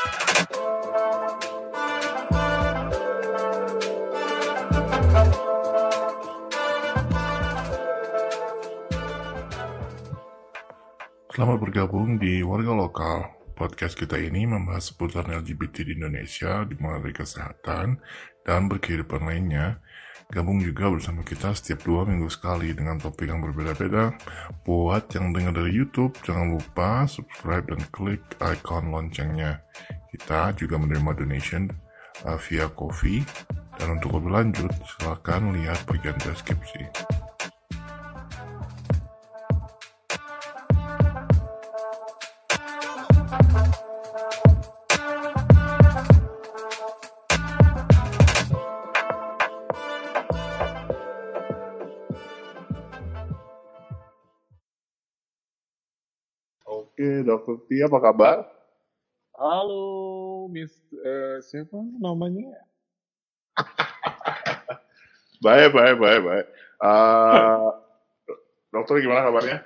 Selamat bergabung di Warga Lokal. Podcast kita ini membahas seputar LGBT di Indonesia, dimulai dari kesehatan dan berkehidupan lainnya. Gabung juga bersama kita setiap 2 minggu sekali dengan topik yang berbeda-beda. Buat yang dengar dari YouTube, jangan lupa subscribe dan klik icon loncengnya. Kita juga menerima donation via Ko-fi. Dan untuk lebih lanjut, silakan lihat bagian deskripsi. Oke, Dokter Tia, apa kabar? Halo, siapa namanya? Baik. Dokter gimana kabarnya?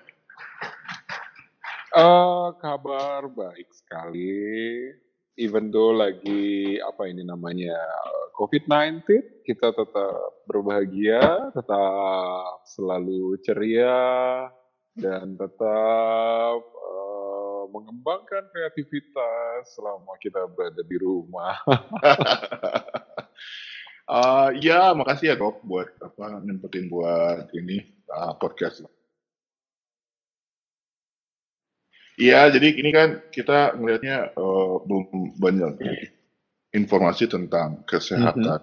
Kabar baik sekali. Even though lagi COVID-19, kita tetap berbahagia, tetap selalu ceria, dan tetap mengembangkan kreativitas selama kita berada di rumah. Ya, makasih ya Dok buat nyempetin buat ini podcast. Iya, jadi ini kan kita ngelihatnya belum banyak informasi tentang kesehatan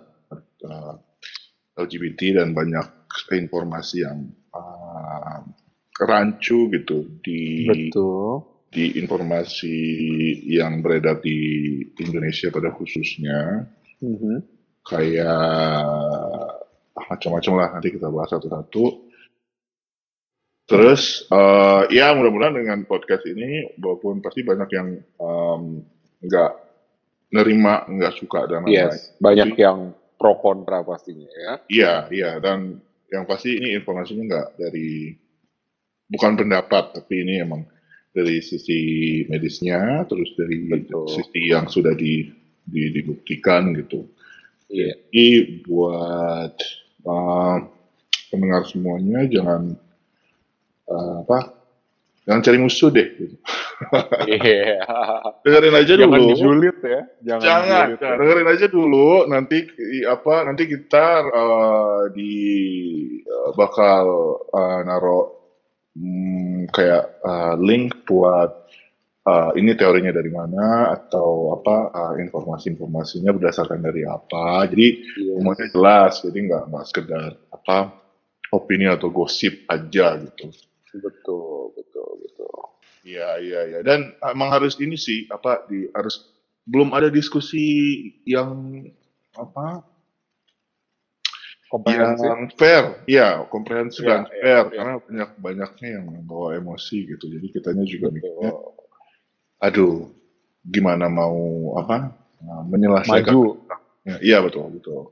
LGBT dan banyak informasi yang rancu gitu Betul. di informasi yang beredar di Indonesia pada khususnya. Kayak macam-macam lah, nanti kita bahas satu-satu. Terus ya mudah-mudahan dengan podcast ini, walaupun pasti banyak yang nggak nerima, nggak suka dan lain-lain. Yes, banyak yang pro kontra pastinya ya. Iya, dan yang pasti ini informasinya nggak dari, bukan pendapat, tapi ini emang dari sisi medisnya, terus dari sisi yang sudah dibuktikan gitu. Iya. Jadi buat pendengar semuanya jangan cari musuh deh. Gitu. Iya. Dengerin aja dulu. Jangan dijulit ya. Jangan. Dengerin aja dulu. Nanti kita bakal naruh kayak link buat ini teorinya dari mana atau informasinya berdasarkan dari apa. Jadi semuanya jelas. Jadi nggak sekedar opini atau gosip aja gitu. Betul. Iya. Dan emang harus ini sih harus belum ada diskusi yang yang fair, ya komprehensif dan fair karena banyaknya yang membawa emosi gitu. Jadi kitanya juga mikirnya, aduh, gimana mau menyelesaikan? Maju. Iya betul.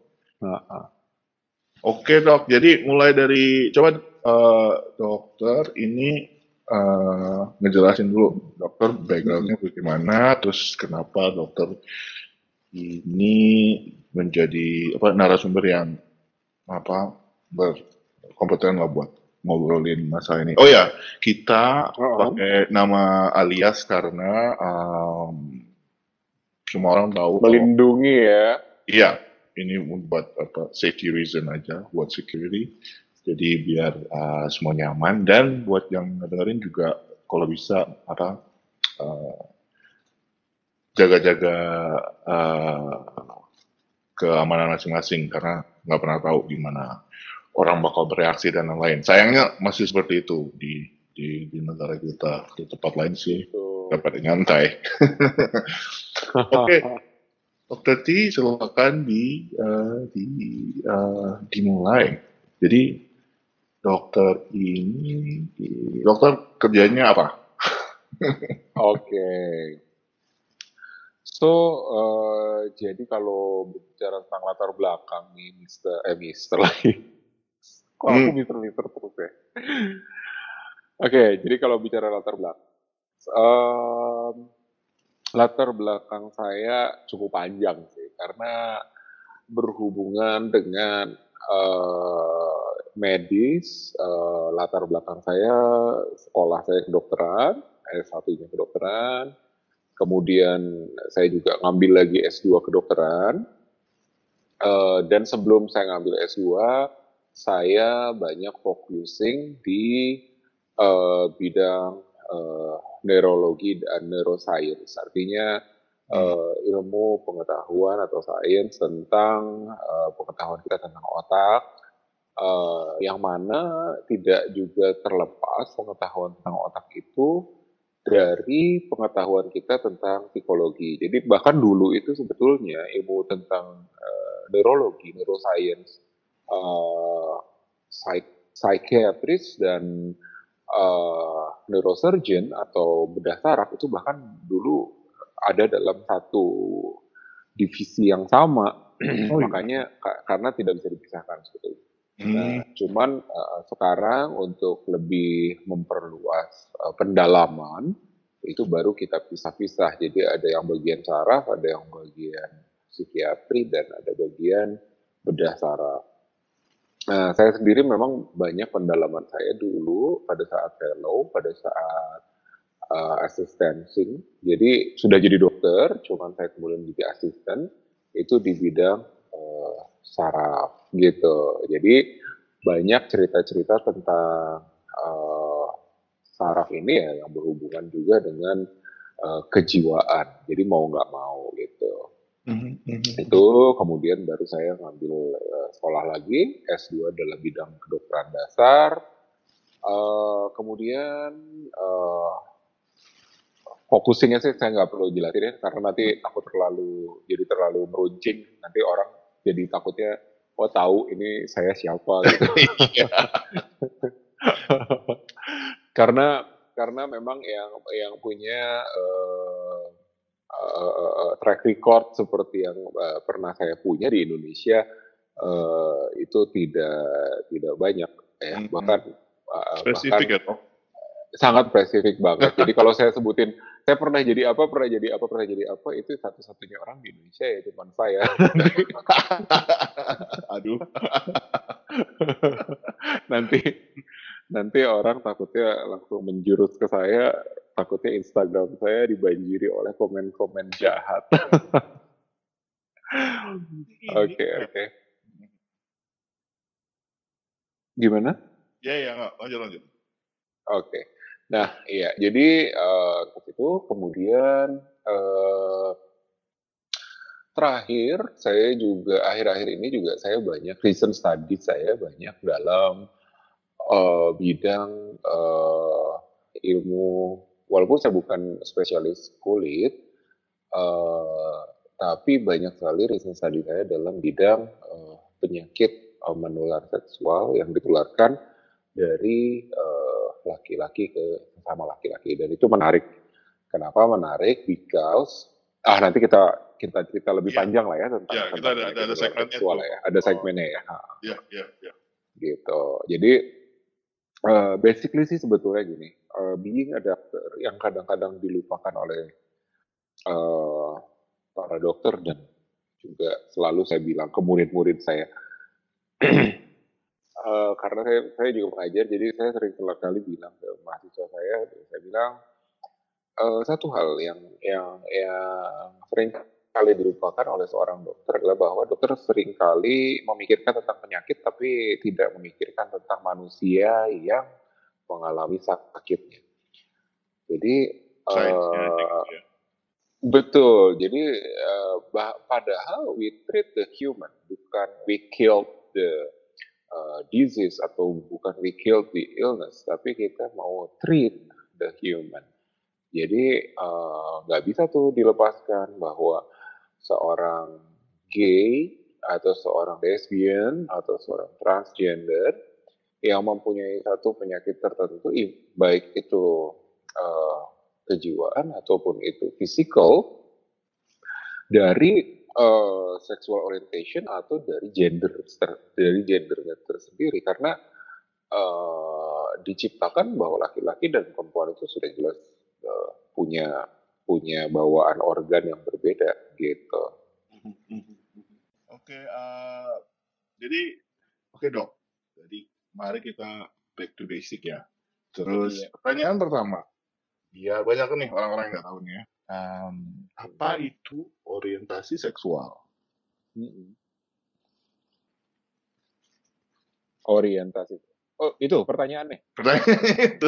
Oke Dok, jadi mulai dari coba dokter ini ngejelasin dulu dokter backgroundnya bagaimana, terus kenapa dokter ini menjadi narasumber yang berkompeten lah buat ngobrolin masalah ini. Oh ya, kita pakai nama alias karena semua orang tahu melindungi ya. Iya, ini buat safety reason aja, buat security. Jadi biar semua nyaman, dan buat yang ngedengerin juga kalau bisa jaga-jaga keamanan masing-masing karena nggak pernah tahu gimana orang bakal bereaksi dan lain-lain. Sayangnya masih seperti itu di negara kita. Di tempat lain sih dapat nyantai. Oke. Dokter T, silakan dimulai. Jadi dokter kerjanya apa? Oke. So, jadi kalau bicara tentang latar belakang nih, Mister lagi. Kok aku Mister terus ya? Oke, jadi kalau bicara latar belakang, Latar belakang saya cukup panjang sih, karena berhubungan dengan medis. Latar belakang saya, sekolah saya kedokteran, S1-nya kedokteran, kemudian saya juga ngambil lagi S2 kedokteran. Dan sebelum saya ngambil S2, saya banyak focusing di bidang neurologi dan neuroscience. Artinya ilmu pengetahuan atau sains tentang pengetahuan kita tentang otak, yang mana tidak juga terlepas pengetahuan tentang otak itu dari pengetahuan kita tentang psikologi. Jadi bahkan dulu itu sebetulnya ilmu tentang neurologi, neuroscience, uh, psikiatris dan neurosurgeon atau bedah saraf itu bahkan dulu ada dalam satu divisi yang sama. Makanya karena tidak bisa dipisahkan sebetulnya. Nah, cuman sekarang untuk lebih memperluas pendalaman itu baru kita pisah-pisah. Jadi ada yang bagian saraf, ada yang bagian psikiatri, dan ada bagian bedah saraf. Nah, saya sendiri memang banyak pendalaman saya dulu pada saat fellow, pada saat asistencing. Jadi sudah jadi dokter, cuman saya kemudian jadi asisten itu di bidang saraf gitu. Jadi banyak cerita-cerita tentang saraf ini ya yang berhubungan juga dengan kejiwaan. Jadi mau nggak mau gitu. Itu kemudian baru saya ngambil sekolah lagi S2 dalam bidang kedokteran dasar. Kemudian focusingnya sih saya nggak perlu jelasin ya, karena nanti takut terlalu meruncing, nanti orang jadi takutnya tahu ini saya siapa gitu. karena memang yang punya track record seperti yang pernah saya punya di Indonesia itu tidak banyak ya, bahkan spesifik ya, Prof? Sangat spesifik banget. Jadi kalau saya sebutin saya pernah jadi apa, itu satu-satunya orang di Indonesia ya cuma saya. Aduh. nanti orang takutnya langsung menjurus ke saya, takutnya Instagram saya dibanjiri oleh komen-komen jahat. Oke. Gimana? Ya, lanjut. Oke. Nah, iya. Jadi ke situ kemudian terakhir saya juga akhir-akhir ini juga saya banyak recent study saya banyak dalam bidang ilmu, walaupun saya bukan spesialis kulit, tapi banyak sekali recent study saya dalam bidang penyakit menular seksual yang ditularkan dari laki-laki ke sesama laki-laki, dan itu menarik. Kenapa menarik? Because nanti kita cerita lebih panjang lah ya tentang kita ada segmennya seksual ya, ada segmennya ya. Ya. Gitu. Jadi basically sih sebetulnya gini, being a doctor yang kadang-kadang dilupakan oleh para dokter dan juga selalu saya bilang ke murid-murid saya. Karena saya juga mengajar, jadi saya sering kali bilang ke mahasiswa saya bilang satu hal yang sering kali dilupakan oleh seorang dokter adalah bahwa dokter sering kali memikirkan tentang penyakit tapi tidak memikirkan tentang manusia yang mengalami sakitnya. Jadi betul. Jadi padahal we treat the human, bukan we kill the disease atau bukan we kill the illness, tapi kita mau treat the human. Jadi nggak bisa tuh dilepaskan bahwa seorang gay atau seorang lesbian atau seorang transgender yang mempunyai satu penyakit tertentu, baik itu kejiwaan ataupun itu physical, dari sexual orientation atau dari gendernya tersendiri, karena diciptakan bahwa laki-laki dan perempuan itu sudah jelas punya punya bawaan organ yang berbeda gitu. Oke, jadi oke dok. Jadi mari kita back to basic ya. Terus pertanyaan pertama, ya banyak nih orang-orang yang nggak tahu nih ya. Apa itu orientasi seksual? Orientasi. Oh, itu pertanyaannya. Pertanyaannya itu.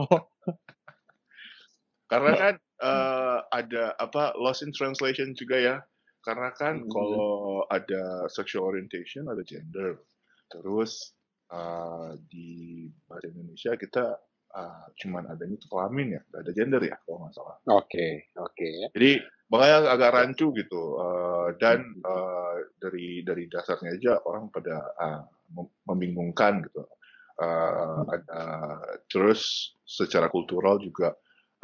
Karena kan ada apa lost in translation juga ya. Karena kan kalau ada sexual orientation ada gender. Terus di bahasa Indonesia kita cuman adanya itu kelamin ya, nggak ada gender ya kalau nggak salah. Oke. Jadi makanya agak rancu gitu. Dan dari dasarnya aja orang pada membingungkan gitu. Terus secara kultural juga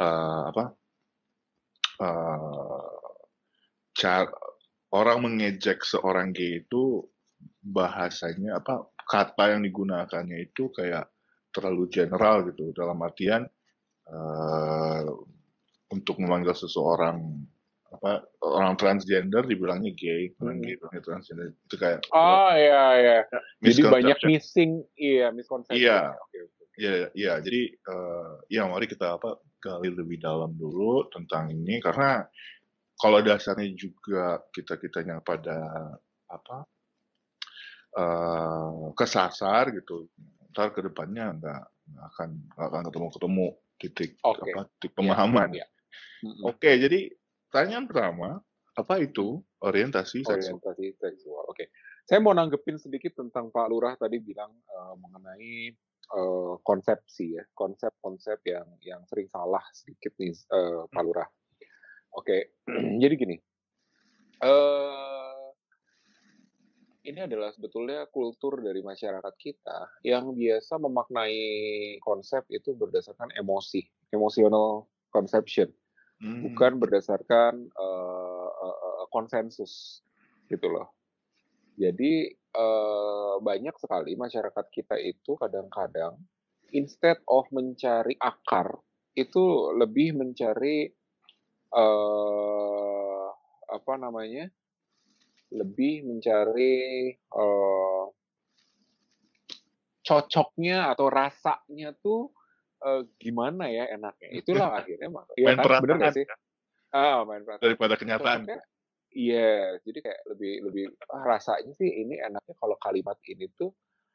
orang mengejek seorang gay itu bahasanya kata yang digunakannya itu kayak terlalu general gitu, dalam artian untuk memanggil seseorang orang transgender dibilangnya gay, orang gay bilangnya transgender, itu kayak iya. Jadi banyak miskonsepsi. Iya, jadi mari kita gali lebih dalam dulu tentang ini, karena kalau dasarnya juga kita-kitanya pada kesasar gitu, ntar ke depannya nggak akan ketemu titik pemahaman. Oke, jadi pertanyaan pertama, apa itu orientasi seksual? Orientasi seksual. Oke. Saya mau nanggepin sedikit tentang Pak Lurah tadi bilang mengenai konsepsi ya, konsep-konsep yang sering salah sedikit nih Pak Lurah. Oke, jadi gini, ini adalah sebetulnya kultur dari masyarakat kita yang biasa memaknai konsep itu berdasarkan emotional conception, bukan berdasarkan konsensus gitu loh. Jadi banyak sekali masyarakat kita itu kadang-kadang instead of mencari akar, itu lebih mencari cocoknya atau rasanya tuh gimana ya enaknya. Itulah akhirnya main perasaan, bener nggak sih? Main perasaan daripada kenyataan. Iya, jadi kayak lebih rasanya sih ini enaknya kalau kalimat ini tuh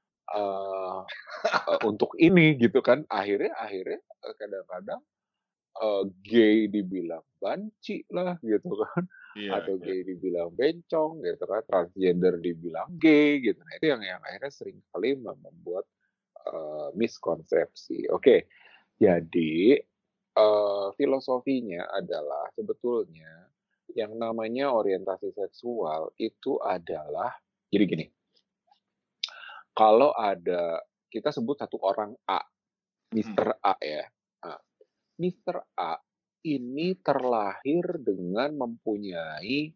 untuk ini gitu kan. Akhirnya kadang-kadang gay dibilang banci lah gitu kan, atau gay dibilang bencong gitu kan, transgender dibilang gay gitu. Nah itu yang akhirnya sering kali membuat miskonsepsi. Oke, jadi filosofinya adalah sebetulnya yang namanya orientasi seksual itu adalah, jadi gini, kalau ada, kita sebut satu orang A, Mr. A ya. Mr. A ini terlahir dengan mempunyai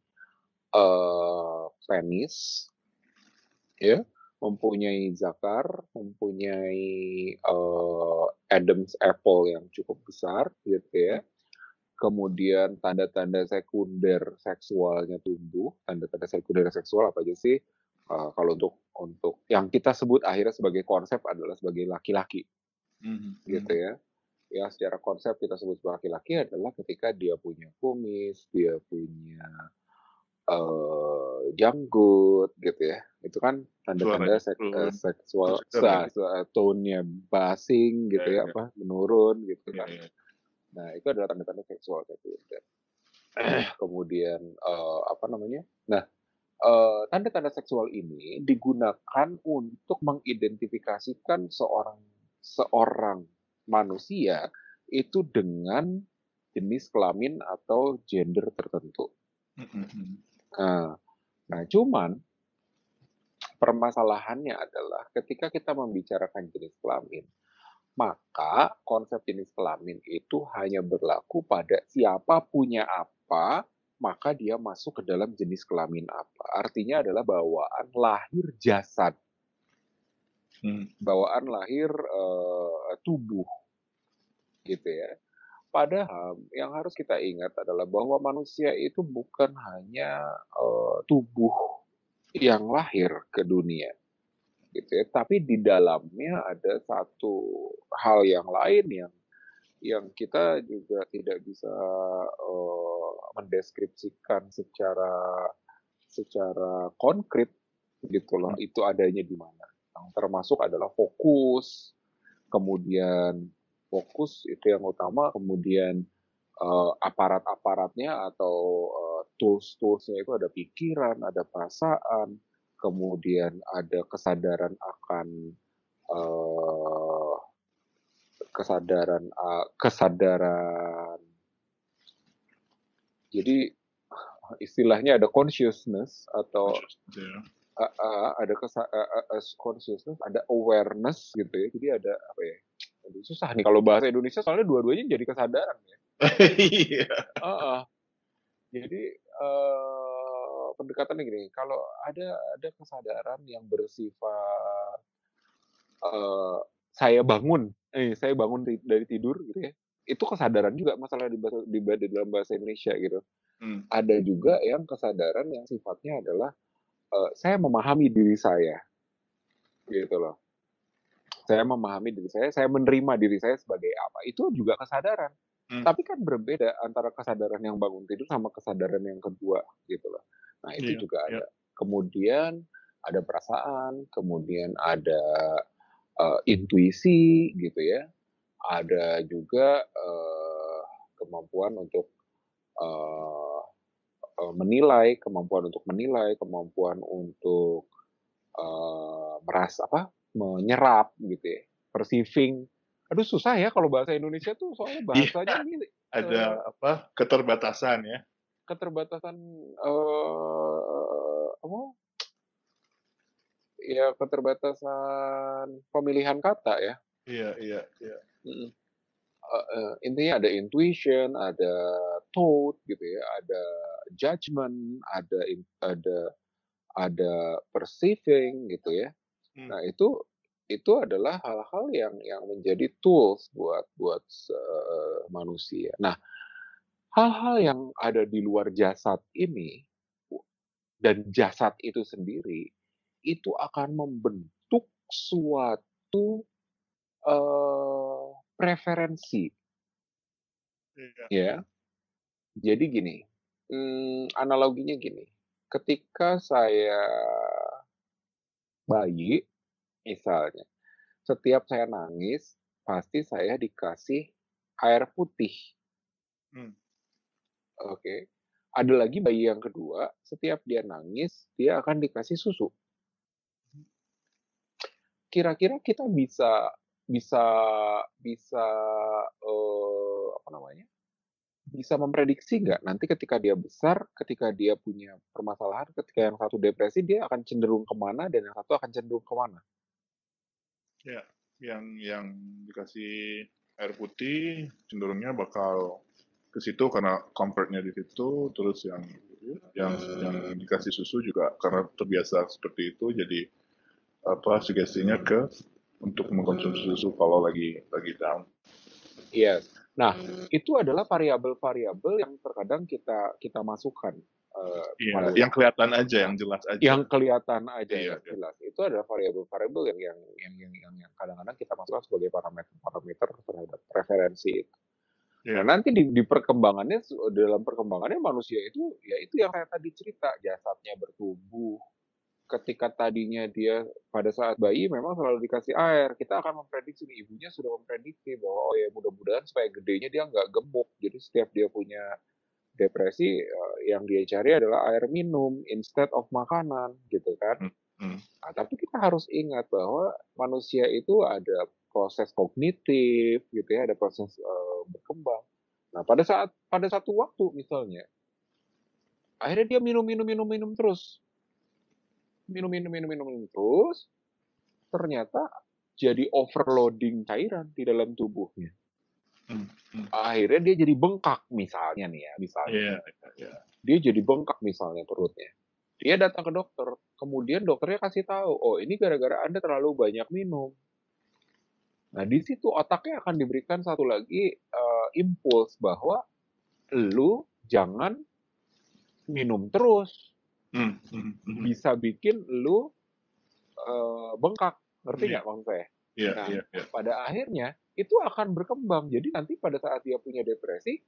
penis, ya, mempunyai zakar, mempunyai Adam's apple yang cukup besar, gitu ya. Kemudian tanda-tanda sekunder seksualnya tumbuh. Tanda-tanda sekunder seksual apa aja sih? Kalau untuk yang kita sebut akhirnya sebagai konsep adalah sebagai laki-laki, gitu ya. Ya secara konsep kita sebut sebagai laki-laki adalah ketika dia punya kumis, dia punya janggut gitu ya. Itu kan tanda-tanda seksual, tone-nya basing gitu ya, menurun gitu kan. Nah, itu adalah tanda-tanda seksual sekunder. Kemudian Nah, tanda-tanda seksual ini digunakan untuk mengidentifikasikan seorang manusia itu dengan jenis kelamin atau gender tertentu. Nah, cuman permasalahannya adalah ketika kita membicarakan jenis kelamin, maka konsep jenis kelamin itu hanya berlaku pada siapa punya apa, maka dia masuk ke dalam jenis kelamin apa. Artinya adalah bawaan lahir jasad. Bawaan lahir tubuh gitu ya. Padahal yang harus kita ingat adalah bahwa manusia itu bukan hanya tubuh yang lahir ke dunia, gitu ya. Tapi di dalamnya ada satu hal yang lain yang kita juga tidak bisa mendeskripsikan secara konkret gitu loh. Itu adanya di mana. Yang termasuk adalah fokus, kemudian fokus itu yang utama, kemudian aparat-aparatnya atau tools-toolsnya itu ada pikiran, ada perasaan, kemudian ada kesadaran akan uh, kesadaran. Jadi istilahnya ada consciousness atau ada consciousness, ada awareness gitu ya. Jadi ada apa ya? Susah nih kalau bahasa Indonesia soalnya dua-duanya jadi kesadaran ya. Iya. Jadi pendekatannya gini, kalau ada kesadaran yang bersifat saya bangun dari tidur gitu ya, itu kesadaran juga masalah di dalam bahasa Indonesia gitu. Ada juga yang kesadaran yang sifatnya adalah saya memahami diri saya, gitu loh. Saya memahami diri saya menerima diri saya sebagai apa, itu juga kesadaran. Tapi kan berbeda antara kesadaran yang bangun tidur sama kesadaran yang kedua, gitu loh. Nah itu juga ada. Kemudian ada perasaan, kemudian ada intuisi, gitu ya. Ada juga kemampuan untuk menilai, kemampuan untuk merasa menyerap gitu ya, perceiving. Aduh susah ya kalau bahasa Indonesia tuh soalnya bahasanya ini ada keterbatasan ya. Keterbatasan ya keterbatasan pemilihan kata ya. Iya. Intinya ada intuition, ada thought gitu ya, ada judgment, ada perceiving gitu ya. Nah itu adalah hal-hal yang menjadi tools buat manusia. Nah hal-hal yang ada di luar jasad ini dan jasad itu sendiri itu akan membentuk suatu preferensi, ya. Jadi gini, analoginya gini, ketika saya bayi, misalnya, setiap saya nangis, pasti saya dikasih air putih. Oke. Ada lagi bayi yang kedua, setiap dia nangis, dia akan dikasih susu. Kira-kira kita bisa bisa memprediksi nggak nanti ketika dia besar, ketika dia punya permasalahan, ketika yang satu depresi, dia akan cenderung kemana dan yang satu akan cenderung kemana? Ya, yang dikasih air putih cenderungnya bakal ke situ karena comfortnya di situ, terus yang dikasih susu juga karena terbiasa seperti itu, jadi sugestinya untuk mengkonsumsi susu kalau lagi down. Iya. Nah, itu adalah variabel-variabel yang terkadang kita masukkan. Yang kelihatan aja, yang jelas aja. Yang kelihatan aja, yang jelas. Itu adalah variabel-variabel yang kadang-kadang kita masukkan sebagai parameter terhadap preferensi itu. Nah, nanti di perkembangannya, dalam perkembangannya manusia itu, ya itu yang kayak tadi cerita, jasadnya bertumbuh. Ketika tadinya dia pada saat bayi memang selalu dikasih air, kita akan memprediksi, ibunya sudah memprediksi bahwa mudah-mudahan supaya gedenya dia nggak gemuk. Jadi setiap dia punya depresi, yang dia cari adalah air minum instead of makanan, gitu kan. Nah, tapi kita harus ingat bahwa manusia itu ada proses kognitif, gitu ya, ada proses berkembang. Nah, pada satu waktu misalnya, akhirnya dia minum terus. Minum terus, ternyata jadi overloading cairan di dalam tubuhnya. Akhirnya dia jadi bengkak misalnya nih ya, dia jadi bengkak misalnya perutnya. Dia datang ke dokter, kemudian dokternya kasih tahu, oh ini gara-gara Anda terlalu banyak minum. Nah di situ otaknya akan diberikan satu lagi impuls bahwa lu jangan minum terus, bisa bikin lu bengkak, ngerti Iya. nggak maksud saya? Iya, Nah, iya, iya. pada akhirnya itu akan berkembang. Jadi nanti pada saat dia punya depresi,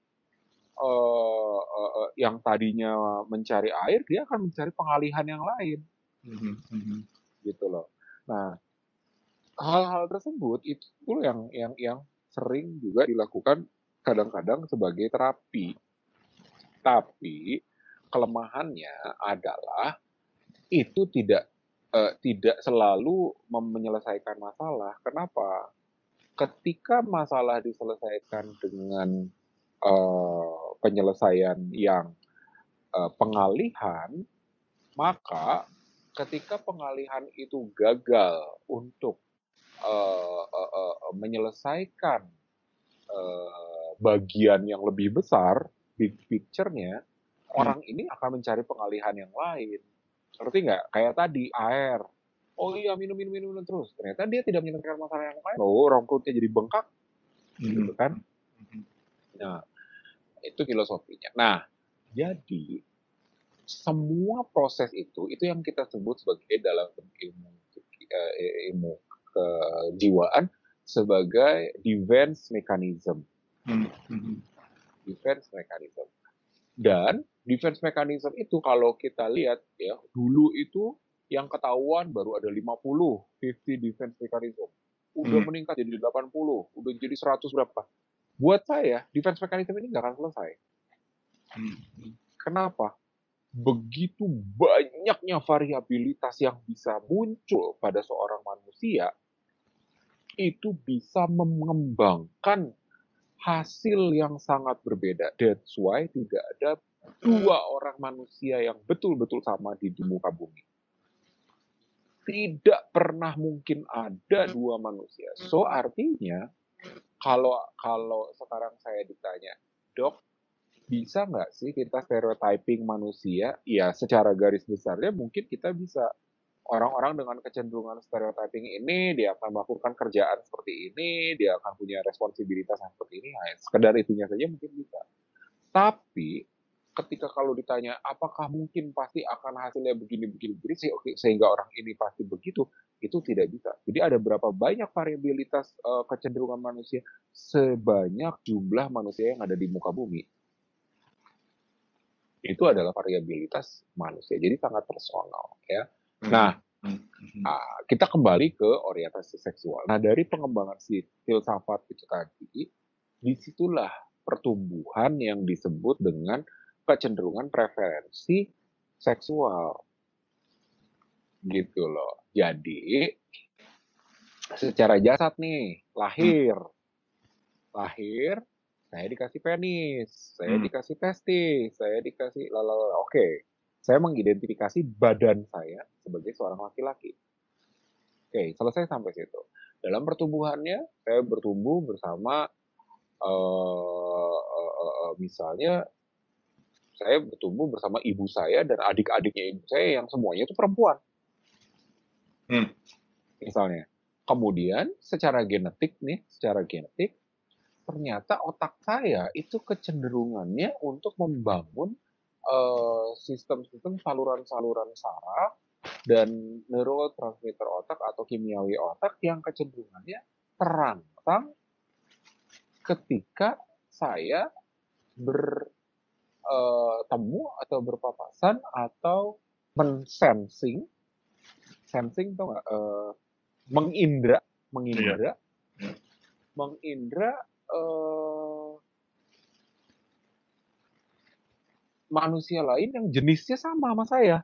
yang tadinya mencari air, dia akan mencari pengalihan yang lain, gitu loh. Nah, hal-hal tersebut itu yang sering juga dilakukan kadang-kadang sebagai terapi. Tapi kelemahannya adalah itu tidak selalu menyelesaikan masalah. Kenapa? Ketika masalah diselesaikan dengan penyelesaian yang pengalihan, maka ketika pengalihan itu gagal untuk menyelesaikan bagian yang lebih besar, big picture-nya, orang ini akan mencari pengalihan yang lain. Ngerti nggak? Kayak tadi, air. Oh iya, minum terus. Ternyata dia tidak menyelesaikan masalah yang lain. Oh, orang perutnya jadi bengkak. Gitu kan? Nah, itu filosofinya. Nah, jadi semua proses itu yang kita sebut sebagai dalam ilmu kejiwaan sebagai defense mechanism. Defense mechanism. Dan defense mechanism itu kalau kita lihat ya, dulu itu yang ketahuan baru ada 50 defense mechanism. Udah meningkat jadi 80, udah jadi 100 berapa. Buat saya, defense mechanism ini nggak akan selesai. Kenapa? Begitu banyaknya variabilitas yang bisa muncul pada seorang manusia, itu bisa mengembangkan hasil yang sangat berbeda. That's why tidak ada dua orang manusia yang betul-betul sama di muka bumi. Tidak pernah mungkin ada dua manusia. So artinya kalau sekarang saya ditanya, Dok, bisa nggak sih kita stereotyping manusia? Ya, secara garis besarnya mungkin kita bisa. Orang-orang dengan kecenderungan stereotyping ini, dia akan melakukan kerjaan seperti ini, dia akan punya responsibilitas yang seperti ini, nah, sekedar itunya saja mungkin bisa. Tapi, ketika kalau ditanya, apakah mungkin pasti akan hasilnya begini, sehingga orang ini pasti begitu, itu tidak bisa. Jadi ada berapa banyak variabilitas kecenderungan manusia, sebanyak jumlah manusia yang ada di muka bumi. Itu adalah variabilitas manusia, jadi sangat personal, ya. Nah, kita kembali ke orientasi seksual. Nah, dari pengembangan si filsafat itu tadi, disitulah pertumbuhan yang disebut dengan kecenderungan preferensi seksual. Gitu loh. Jadi, secara jasad nih, lahir, saya dikasih penis, saya dikasih testis, saya dikasih lalala. Oke. Saya mengidentifikasi badan saya sebagai seorang laki-laki. Oke, selesai sampai situ. Dalam pertumbuhannya, saya bertumbuh bersama, misalnya, saya bertumbuh bersama ibu saya dan adik-adiknya ibu saya yang semuanya itu perempuan. Misalnya. Kemudian, secara genetik, ternyata otak saya itu kecenderungannya untuk membangun sistem-sistem saluran-saluran saraf dan neurotransmitter otak atau kimiawi otak yang kecenderungannya terangsang ketika saya bertemu atau berpapasan atau sensing tuh nggak, mengindra manusia lain yang jenisnya sama saya.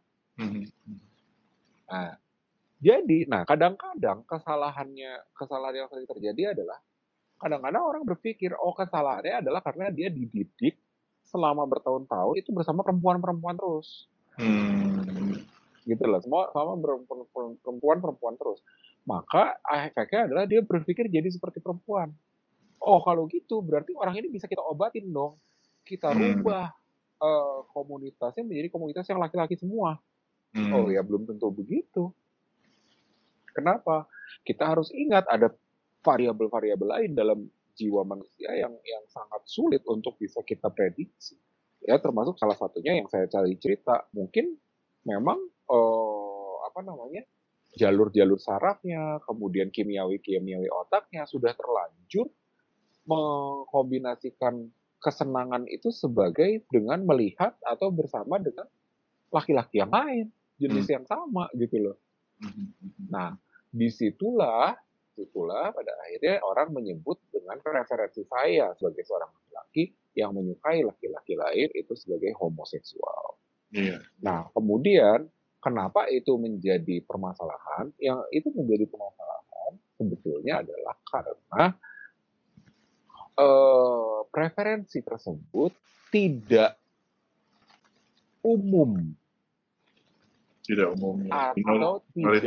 Nah, jadi, kadang-kadang kesalahan yang sering terjadi adalah kadang-kadang orang berpikir, kesalahannya adalah karena dia dididik selama bertahun-tahun itu bersama perempuan-perempuan terus. Gitu loh, semua sama perempuan terus. Maka efeknya adalah dia berpikir jadi seperti perempuan. Oh, kalau gitu berarti orang ini bisa kita obatin dong. Kita rubah komunitasnya menjadi komunitas yang laki-laki semua. Oh ya, belum tentu begitu. Kenapa? Kita harus ingat ada variabel-variabel lain dalam jiwa manusia yang sangat sulit untuk bisa kita prediksi. Ya, termasuk salah satunya yang saya cari cerita, mungkin memang apa namanya, jalur-jalur sarafnya, kemudian kimiawi-kimiawi otaknya sudah terlanjur mengkombinasikan kesenangan itu sebagai dengan melihat atau bersama dengan laki-laki yang lain, jenis yang sama gitu loh. Nah, disitulah pada akhirnya orang menyebut dengan preferensi saya sebagai seorang laki-laki yang menyukai laki-laki lain itu sebagai homoseksual. Iya. Nah, kemudian kenapa itu menjadi permasalahan? Yang itu menjadi permasalahan sebetulnya adalah karena preferensi tersebut tidak umum Tidak umum. atau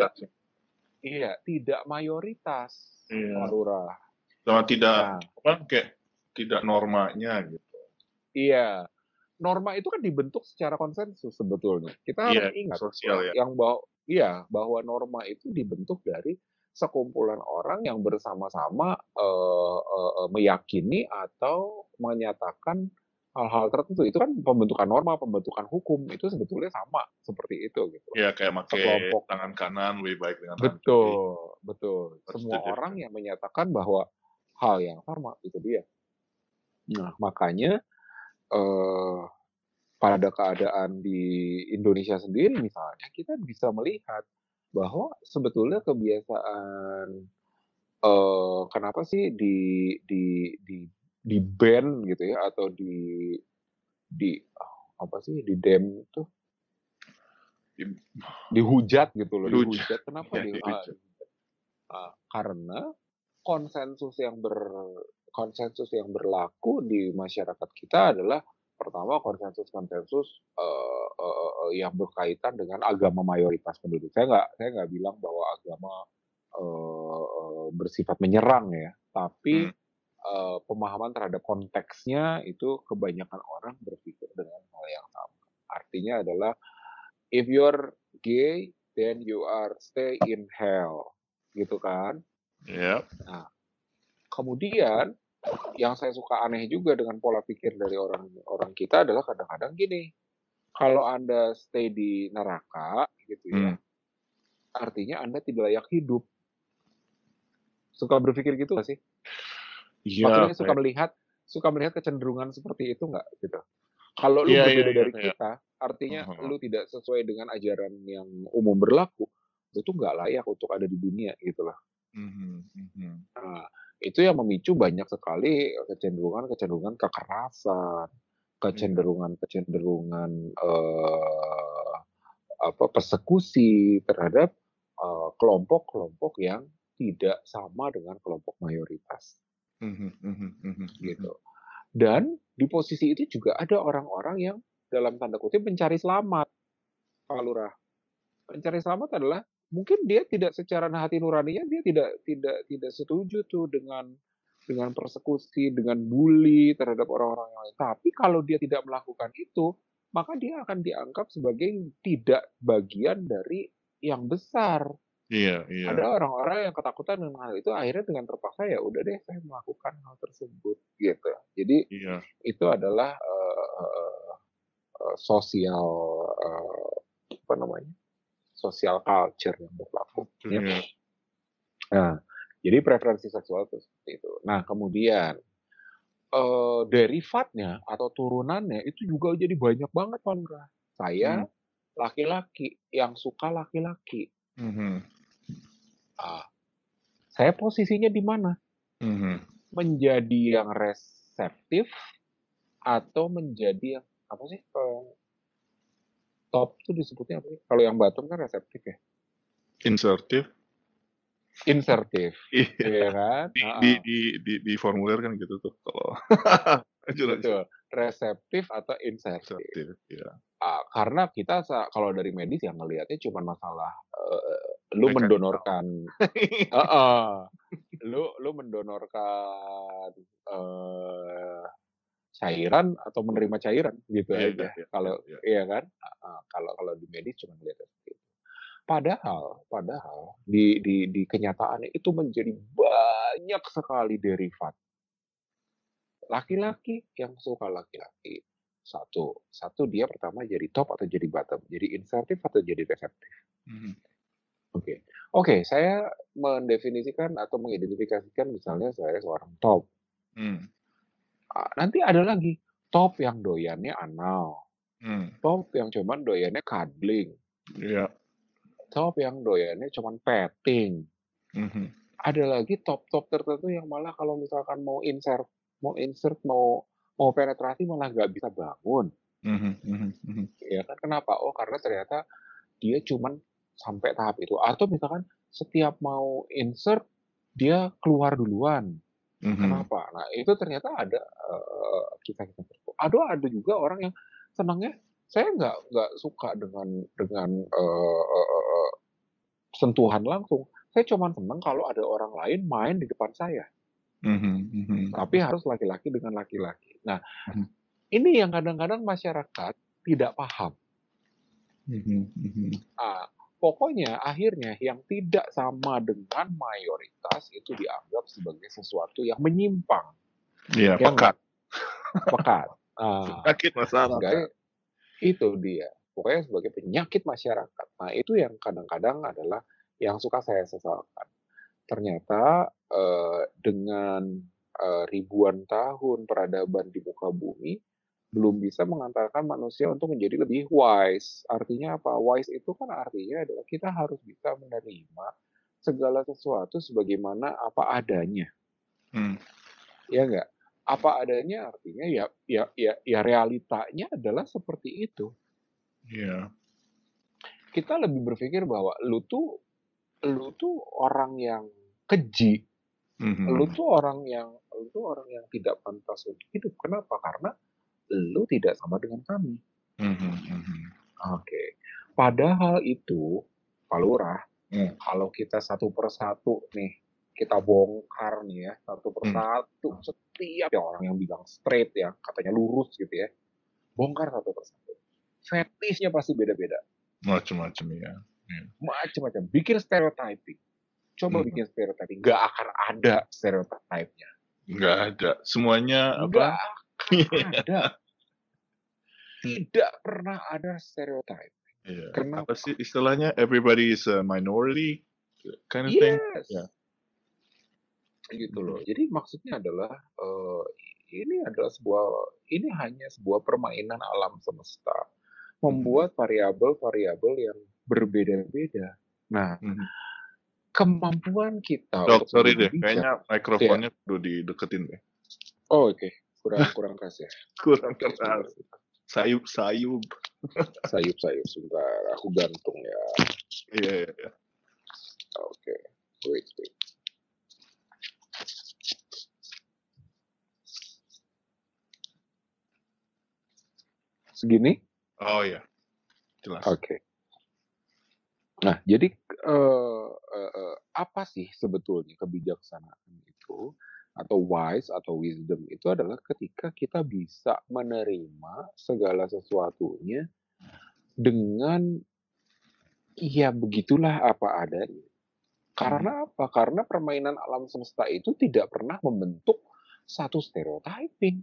tidak mayoritas. Iya. Lurah. Sama tidak kayak tidak normanya gitu. Iya. Norma itu kan dibentuk secara konsensus sebetulnya. Kita harus ingat sosial, yang bahwa norma itu dibentuk dari sekumpulan orang yang bersama-sama meyakini atau menyatakan hal-hal tertentu. Itu kan pembentukan norma, pembentukan hukum itu sebetulnya sama seperti itu gitu. Iya, kayak pakai tangan kanan lebih baik dengan tangan kiri. Betul. Semua orang yang menyatakan bahwa hal yang sama itu dia. Nah, makanya pada keadaan di Indonesia sendiri misalnya, kita bisa melihat bahwa sebetulnya kebiasaan kenapa sih di ban gitu ya, atau di apa sih, di dam tuh, dihujat gitu loh, dihujat. Kenapa dihujat? Karena konsensus yang berlaku di masyarakat kita adalah pertama konsensus yang berkaitan dengan agama mayoritas penduduk. Saya nggak bilang bahwa agama bersifat menyerang ya, tapi pemahaman terhadap konteksnya itu kebanyakan orang berpikir dengan hal yang sama. Artinya adalah if you're gay, then you are stay in hell, gitu kan? Iya. Nah, kemudian yang saya suka aneh juga dengan pola pikir dari orang kita adalah kadang-kadang gini, kalau Anda stay di neraka gitu ya, artinya Anda tidak layak hidup. Suka berpikir gitu nggak sih? Iya. Maksudnya suka melihat kecenderungan seperti itu nggak gitu? Kalau lu berbeda dari kita, artinya lu tidak sesuai dengan ajaran yang umum berlaku, itu nggak layak untuk ada di dunia gitu loh. Nah, itu yang memicu banyak sekali kecenderungan kekerasan, kecenderungan persekusi terhadap kelompok-kelompok yang tidak sama dengan kelompok mayoritas. Gitu. Dan di posisi itu juga ada orang-orang yang dalam tanda kutip mencari selamat, Pak Lurah. Mencari selamat adalah mungkin dia tidak secara hati nuraninya dia tidak setuju tuh dengan persekusi, dengan bully terhadap orang-orang yang lain. Tapi kalau dia tidak melakukan itu, maka dia akan dianggap sebagai tidak bagian dari yang besar. Iya. Ada orang-orang yang ketakutan dengan hal itu, akhirnya dengan terpaksa ya udah deh saya melakukan hal tersebut gitu. Jadi itu adalah sosial social culture yang berlaku. Nah, jadi preferensi seksual itu seperti itu. Nah, kemudian derivatnya atau turunannya itu juga jadi banyak banget, Pak Lurah. Saya laki-laki yang suka laki-laki. Saya posisinya di mana? Menjadi yang reseptif atau menjadi yang apa sih? Top itu disebutnya apa sih? Kalau yang bottom kan reseptif ya? Insertif. Iya kan? Di formulir kan gitu tuh kalau betul. Reseptif atau insertif. Ya. Karena kita kalau dari medis yang ngelihatnya cuma masalah lu mendonorkan lu mendonorkan cairan atau menerima cairan gitu aja. Kalau iya kan? Kalau di medis cuma ngelihatnya seperti itu. Padahal di kenyataannya itu menjadi banyak sekali derivat. Laki-laki yang suka laki-laki, satu dia pertama jadi top atau jadi bottom, jadi insertif atau jadi reseptif. Mhm. Oke. Oke, saya mendefinisikan atau mengidentifikasikan misalnya saya seorang top. Hmm. Nanti ada lagi top yang doyannya anal, Hmm. top yang cuman doyannya cuddling, Iya. top yang doyannya cuman petting. Mhm. Ada lagi top-top tertentu yang malah kalau misalkan mau insert, mau penetrasi malah nggak bisa bangun. Mhm. Mhm. Mhm. Ya kan kenapa? Oh, karena ternyata dia cuman sampai tahap itu. Atau misalkan setiap mau insert dia keluar duluan. Mhm. Kenapa? Nah, itu ternyata ada kisah-kisah tertentu. Ada juga orang yang senangnya saya nggak suka dengan sentuhan langsung. Saya cuma senang kalau ada orang lain main di depan saya. Mhm. Mhm. Tapi harus laki-laki dengan laki-laki. Nah, Mhm. ini yang kadang-kadang masyarakat tidak paham. Mhm. Mhm. Pokoknya akhirnya yang tidak sama dengan mayoritas itu dianggap sebagai sesuatu yang menyimpang. Iya, Ya pekat. nggak? Pekat. Penyakit masyarakat. Pokoknya itu dia. Pokoknya sebagai penyakit masyarakat. Nah, itu yang kadang-kadang adalah yang suka saya sesalkan. Ternyata dengan ribuan tahun peradaban di muka bumi, belum bisa mengantarkan manusia untuk menjadi lebih wise. Artinya apa? Wise itu kan artinya adalah kita harus bisa menerima segala sesuatu sebagaimana apa adanya. Hmm. Ya nggak? Apa adanya artinya ya realitanya adalah seperti itu. Iya. Kita lebih berpikir bahwa lu tuh orang yang keji. Lu Mhm. tuh orang yang tidak pantas untuk hidup. Kenapa? Karena lu tidak sama dengan kami. Mhm. Mhm. Oke. Padahal itu, Pak Lurah, kalau kita satu persatu nih, kita bongkar nih ya, satu persatu, setiap ya orang yang bilang straight ya, katanya lurus gitu ya, bongkar satu persatu. Fetishnya pasti beda-beda. Macam-macam ya. Macam-macam. Bikin stereotyping. Coba bikin stereotyping. Nggak akan ada stereotype-nya. Nggak ada. Semuanya Nggak apa? akan ada. Tidak pernah ada stereotype. Iya. Kenapa? Apa sih istilahnya? Everybody is a minority kind of thing. Yes. Ya. Gitu loh. Jadi maksudnya adalah ini hanya sebuah permainan alam semesta, membuat variabel-variabel yang berbeda-beda. Nah, kemampuan kita Dok, untuk sorry menjadi deh, bijak. kayaknya mikrofonnya perlu dideketin deh. Oh, oke. Kurang keras ya. Kurang keras. Sayup-sayup. Sayup-sayup sebentar. Aku gantung ya. Iya. Oke. Wait. Segini? Oh ya, jelas. Oke. Nah, jadi apa sih sebetulnya kebijaksanaan itu atau wise atau wisdom itu adalah ketika kita bisa menerima segala sesuatunya dengan ya begitulah apa adanya. Karena apa? Karena permainan alam semesta itu tidak pernah membentuk satu stereotyping.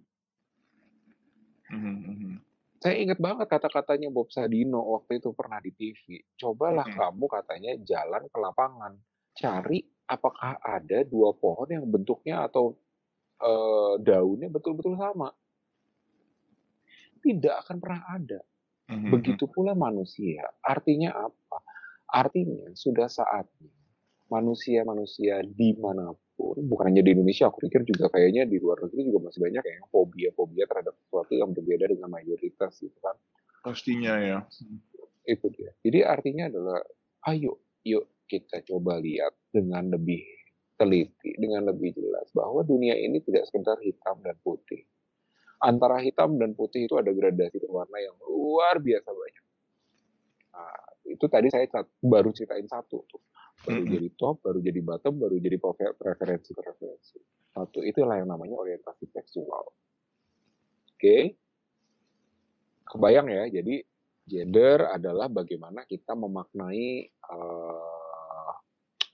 Saya ingat banget kata-katanya Bob Sadino waktu itu pernah di TV. Cobalah kamu katanya jalan ke lapangan. Cari apakah ada dua pohon yang bentuknya atau daunnya betul-betul sama. Tidak akan pernah ada. Begitu pula manusia. Artinya apa? Artinya sudah saatnya manusia-manusia dimanapun, bukan hanya di Indonesia, aku pikir juga kayaknya di luar negeri juga masih banyak yang fobia terhadap sesuatu yang berbeda dengan mayoritas gitu kan. Pastinya ya. Itu dia. Jadi artinya adalah, yuk kita coba lihat dengan lebih teliti, dengan lebih jelas bahwa dunia ini tidak sekedar hitam dan putih. Antara hitam dan putih itu ada gradasi warna yang luar biasa banyak. Nah, itu tadi saya baru ceritain satu tuh. Baru jadi top, baru jadi bottom, baru jadi preferensi. Satu, itulah yang namanya orientasi seksual. Oke? Kebayang ya, jadi gender adalah bagaimana kita memaknai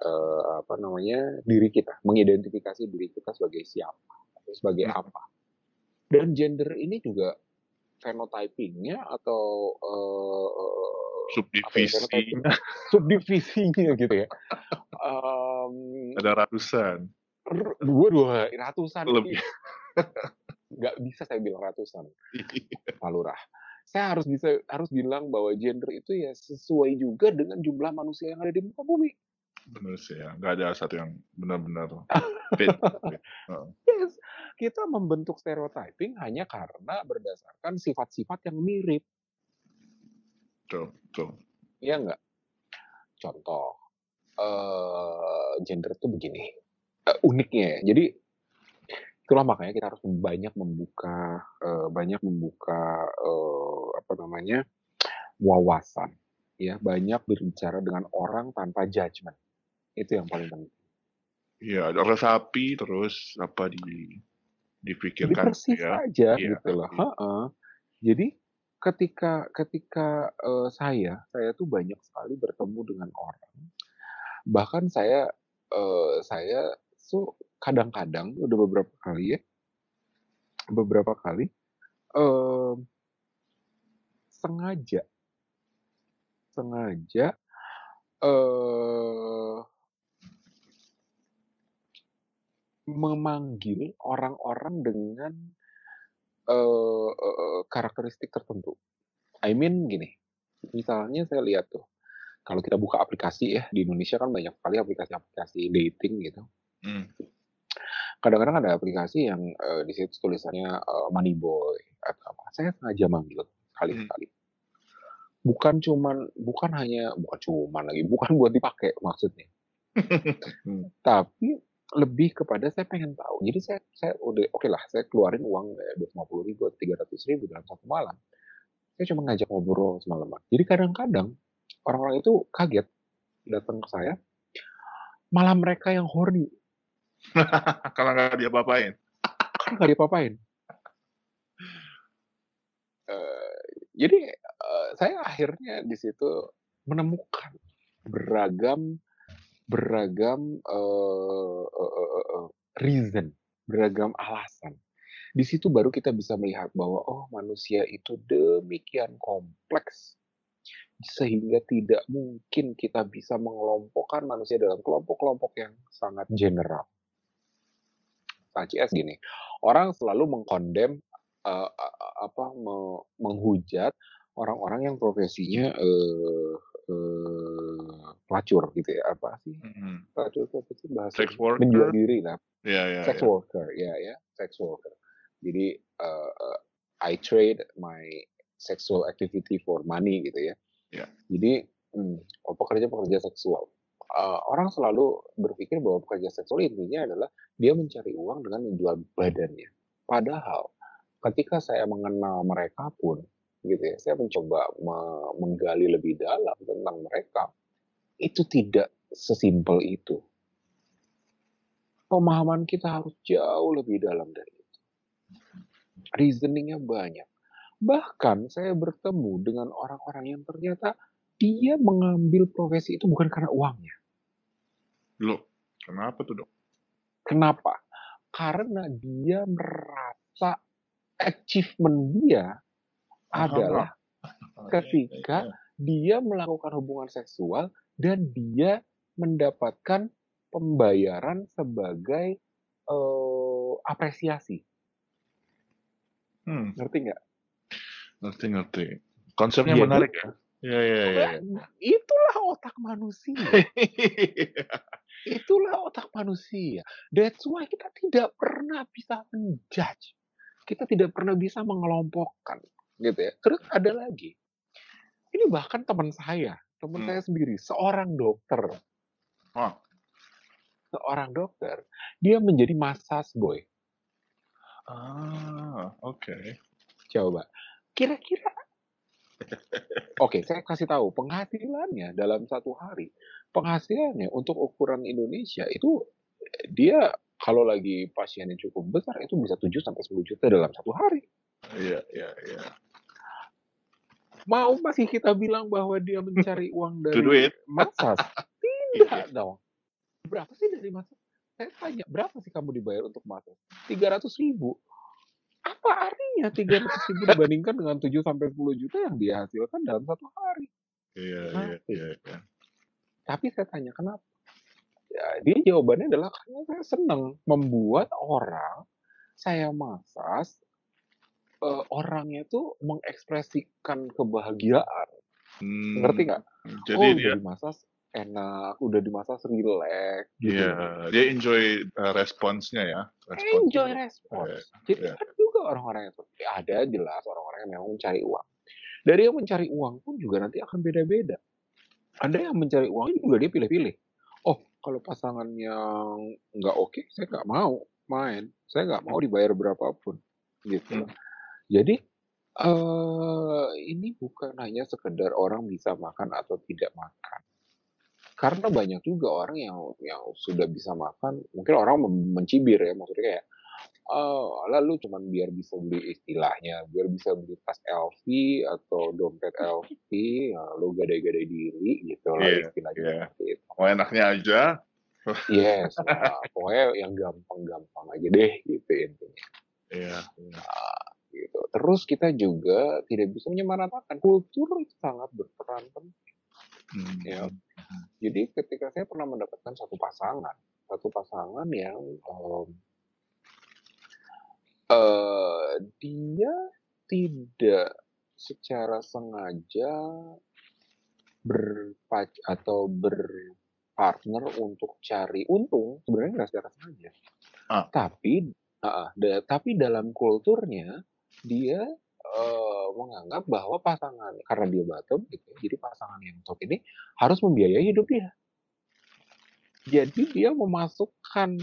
diri kita, mengidentifikasi diri kita sebagai siapa, atau sebagai apa. Dan gender ini juga phenotyping-nya atau Subdivisi subdivisinya gitu ya. ada ratusan. Dua ratusan Lebih. nggak bisa saya bilang ratusan, Pak Lurah. Saya harus bilang bahwa gender itu ya sesuai juga dengan jumlah manusia yang ada di muka bumi. Benar sih ya, nggak ada satu yang benar-benar fit. Yes, kita membentuk stereotyping hanya karena berdasarkan sifat-sifat yang mirip. Betul. Iya nggak? Contoh, gender itu begini, uniknya ya. Jadi itulah makanya kita harus banyak membuka wawasan, ya, banyak berbicara dengan orang tanpa judgement. Itu yang paling penting. Iya, ada resapi terus apa dipikirkan Persis ya. aja Iya, gitu loh. iya. Jadi ketika saya tuh banyak sekali bertemu dengan orang. Bahkan saya kadang-kadang udah beberapa kali sengaja memanggil orang-orang dengan karakteristik tertentu. I mean gini, misalnya saya lihat tuh, kalau kita buka aplikasi ya, di Indonesia kan banyak sekali aplikasi-aplikasi dating gitu. Kadang-kadang ada aplikasi yang di situ tulisannya money boy atau apa. Saya sengaja manggil sekali-sekali. Bukan buat dipakai maksudnya. Tapi lebih kepada saya pengen tahu. Jadi saya udah oke lah, saya keluarin uang 250.000 atau 300.000 dalam satu malam. Saya cuma ngajak ngobrol semalaman. Jadi kadang-kadang orang-orang itu kaget datang ke saya, malah mereka yang horny. Kalau nggak diapa-apain. Jadi saya akhirnya di situ menemukan beragam reason, beragam alasan. Di situ baru kita bisa melihat bahwa manusia itu demikian kompleks sehingga tidak mungkin kita bisa mengelompokkan manusia dalam kelompok-kelompok yang sangat general. Saja gini, orang selalu mengkondem menghujat orang-orang yang profesinya pelacur gitu ya, apa sih? Pelacur itu apa sih bahasa? Sex worker. Menjual diri lah. Sex worker, sex worker. Jadi I trade my sexual activity for money gitu ya. Jadi pekerja seksual. Orang selalu berpikir bahwa pekerja seksual intinya adalah dia mencari uang dengan menjual badannya. Padahal ketika saya mengenal mereka pun, gitu ya, saya mencoba menggali lebih dalam tentang mereka. Itu tidak sesimpel itu. Pemahaman kita harus jauh lebih dalam dari itu. Reasoningnya banyak. Bahkan saya bertemu dengan orang-orang yang ternyata dia mengambil profesi itu bukan karena uangnya. Loh, kenapa tuh, Dok? Kenapa? Karena dia merasa achievement dia adalah ketika dia melakukan hubungan seksual dan dia mendapatkan pembayaran sebagai apresiasi. Ngerti nggak? Ngerti. Konsepnya menarik ya. Iya. Itulah otak manusia. Itulah otak manusia. That's why kita tidak pernah bisa menjudge. Kita tidak pernah bisa mengelompokkan, gitu ya. Terus ada lagi. Ini bahkan teman saya sendiri, seorang dokter. Seorang dokter, dia menjadi massage boy. Oke. Coba, kira-kira. Oke, saya kasih tahu penghasilannya dalam satu hari. Penghasilannya untuk ukuran Indonesia itu dia kalau lagi pasiennya cukup besar itu bisa 7-10 juta dalam satu hari. Iya. Mau masih kita bilang bahwa dia mencari uang dari massage? Tidak dong. Berapa sih dari massage? Saya tanya, berapa sih kamu dibayar untuk massage? 300.000. Apa artinya 300.000 dibandingkan dengan 7 sampai 10 juta yang dia hasilkan dalam satu hari? Iya. Tapi saya tanya kenapa? Ya, dia jawabannya adalah karena saya senang membuat orang saya massage, orangnya tuh mengekspresikan kebahagiaan. Ngerti nggak? Jadi Oh, dia udah dimassage enak, udah dimassage rileks gitu. Iya, dia enjoy responsnya ya. Enjoy response. Jadi Iya. ada juga orang-orang itu. Ya, ada jelas orang-orang yang memang mencari uang. Dari yang mencari uang pun juga nanti akan beda-beda. Ada yang mencari uang juga dia pilih-pilih. Oh, kalau pasangan yang nggak oke, saya nggak mau main. Saya nggak mau dibayar berapapun. Gitu. Jadi, ini bukan hanya sekedar orang bisa makan atau tidak makan. Karena banyak juga orang yang sudah bisa makan, mungkin orang mencibir ya, maksudnya kayak, lalu cuman biar bisa beli istilahnya, biar bisa beli tas LV atau dompet LV, lu gadai-gadai diri gitu lah istilahnya seperti itu. Oh, enaknya aja. Yes, nah, pokoknya yang gampang-gampang aja deh gitu intinya. Iya. Gitu. Terus kita juga tidak bisa menyamaratakan kultur sangat berperan penting. Ya. Jadi ketika saya pernah mendapatkan satu pasangan yang dia tidak secara sengaja berpartner untuk cari untung, sebenarnya nggak secara sengaja. Tapi dalam kulturnya dia menganggap bahwa pasangan, karena dia bottom gitu, jadi pasangan yang top ini harus membiayai hidup dia. Jadi dia memasukkan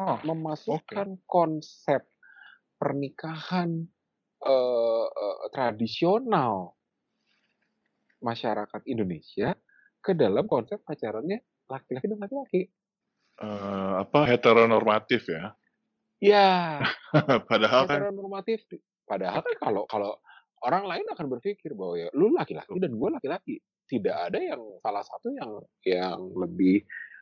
konsep pernikahan tradisional masyarakat Indonesia ke dalam konsep pacarannya laki-laki dan laki-laki. Heteronormatif ya? Ya. Padahal heteronormatif. Padahal kan kalau orang lain akan berpikir bahwa ya lu laki-laki dan gue laki-laki, tidak ada yang salah satu yang lebih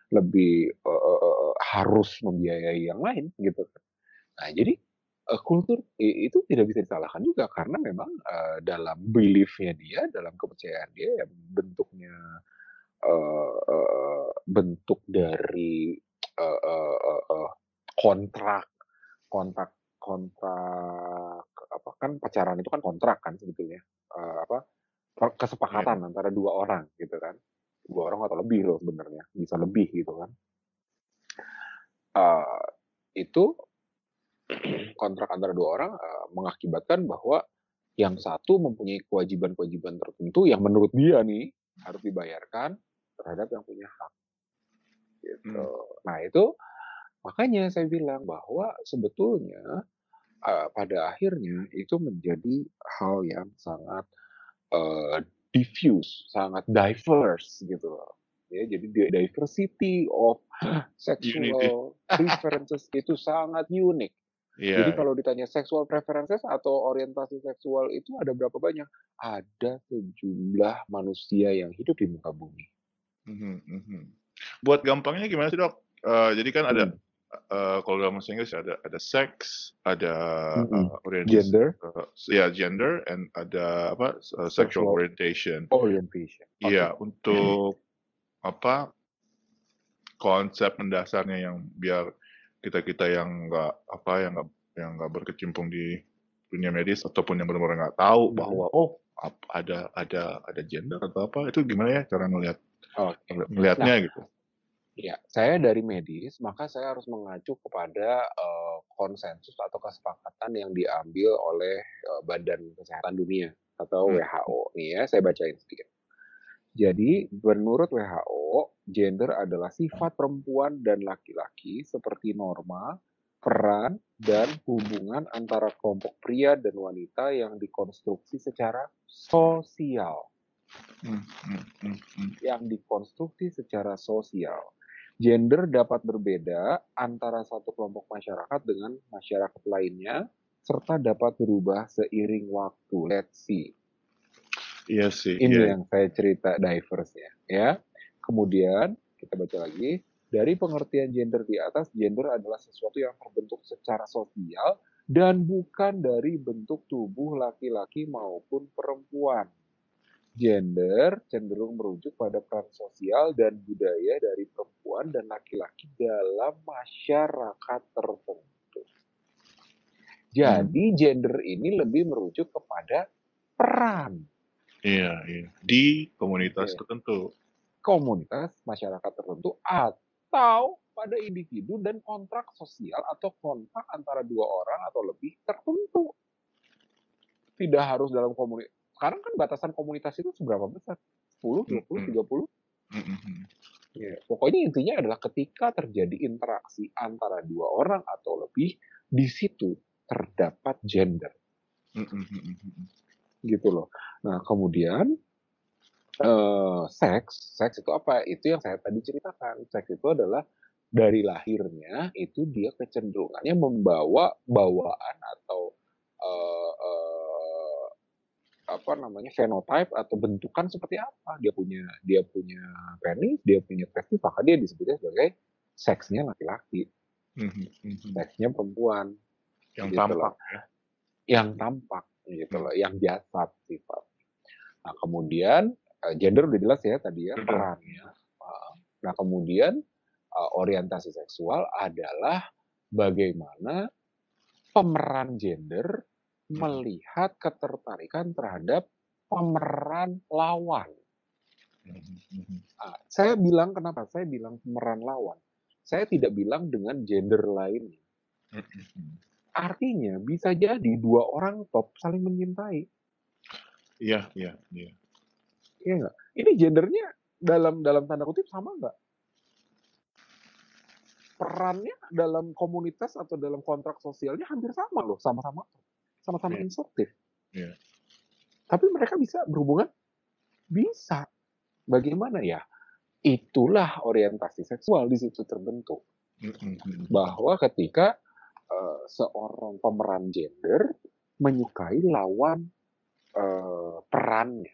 harus membiayai yang lain gitu. Nah jadi kultur itu tidak bisa disalahkan juga karena memang dalam belief-nya dia, dalam kepercayaan dia yang bentuknya bentuk dari kontrak apa kan pacaran itu kan kontrak kan sebetulnya kesepakatan antara dua orang gitu kan, dua orang atau lebih loh sebenarnya, bisa lebih gitu kan. Itu kontrak antara dua orang mengakibatkan bahwa yang satu mempunyai kewajiban-kewajiban tertentu yang menurut dia nih harus dibayarkan terhadap yang punya hak gitu. Nah itu makanya saya bilang bahwa sebetulnya pada akhirnya itu menjadi hal yang sangat diffuse, sangat diverse gitu loh. Ya, jadi diversity of sexual preferences itu sangat unik. Jadi kalau ditanya sexual preferences atau orientasi seksual itu ada berapa banyak? Ada sejumlah manusia yang hidup di muka bumi. Buat gampangnya gimana sih dok? Jadi kan ada kalau dalam bahasa Inggris ada sex, ada gender, gender, and ada apa sexual orientation. Iya, untuk apa konsep mendasarnya yang biar kita yang nggak berkecimpung di dunia medis ataupun yang benar-benar nggak tahu bahwa ada gender atau apa, itu gimana ya cara melihatnya gitu. Ya, saya dari medis, maka saya harus mengacu kepada konsensus atau kesepakatan yang diambil oleh Badan Kesehatan Dunia atau WHO. Nih ya, saya bacain sedikit. Jadi, menurut WHO, gender adalah sifat perempuan dan laki-laki seperti norma, peran, dan hubungan antara kelompok pria dan wanita yang dikonstruksi secara sosial. Yang dikonstruksi secara sosial. Gender dapat berbeda antara satu kelompok masyarakat dengan masyarakat lainnya, serta dapat berubah seiring waktu. Let's see. Iya sih. Ini yang saya cerita diverse-nya. Ya. Kemudian, kita baca lagi. Dari pengertian gender di atas, gender adalah sesuatu yang terbentuk secara sosial dan bukan dari bentuk tubuh laki-laki maupun perempuan. Gender cenderung merujuk pada peran sosial dan budaya dari perempuan dan laki-laki dalam masyarakat tertentu. Jadi gender ini lebih merujuk kepada peran. Iya. Di komunitas tertentu. Komunitas masyarakat tertentu atau pada individu dan kontrak sosial atau kontrak antara dua orang atau lebih tertentu. Tidak harus dalam komunitas. Sekarang kan batasan komunitas itu seberapa besar? 10, 20, 30? Ya, pokoknya intinya adalah ketika terjadi interaksi antara dua orang atau lebih, di situ terdapat gender. Gitu loh. Nah, kemudian seks itu apa? Itu yang saya tadi ceritakan. Seks itu adalah dari lahirnya itu dia kecenderungannya membawa bawaan atau fenotype atau bentukan seperti apa. Dia punya penis, dia punya testis, maka dia disebutnya sebagai seksnya laki-laki. Seksnya perempuan. Yang gitu tampak loh. ya. Yang tampak gitu loh, yang jasad sifat. Nah, kemudian gender udah jelas ya tadi ya, perannya. Nah, kemudian orientasi seksual adalah bagaimana pemeran gender melihat ketertarikan terhadap pemeran lawan. Nah, kenapa saya bilang pemeran lawan? Saya tidak bilang dengan gender lainnya. Artinya bisa jadi dua orang top saling menyintai. Iya. Iya nggak? Ini gendernya dalam tanda kutip sama nggak? Perannya dalam komunitas atau dalam kontrak sosialnya hampir sama loh, sama-sama insertif. Iya. Tapi mereka bisa berhubungan? Bisa. Bagaimana ya? Itulah orientasi seksual di situ terbentuk. Bahwa ketika seorang pemeran gender menyukai lawan perannya.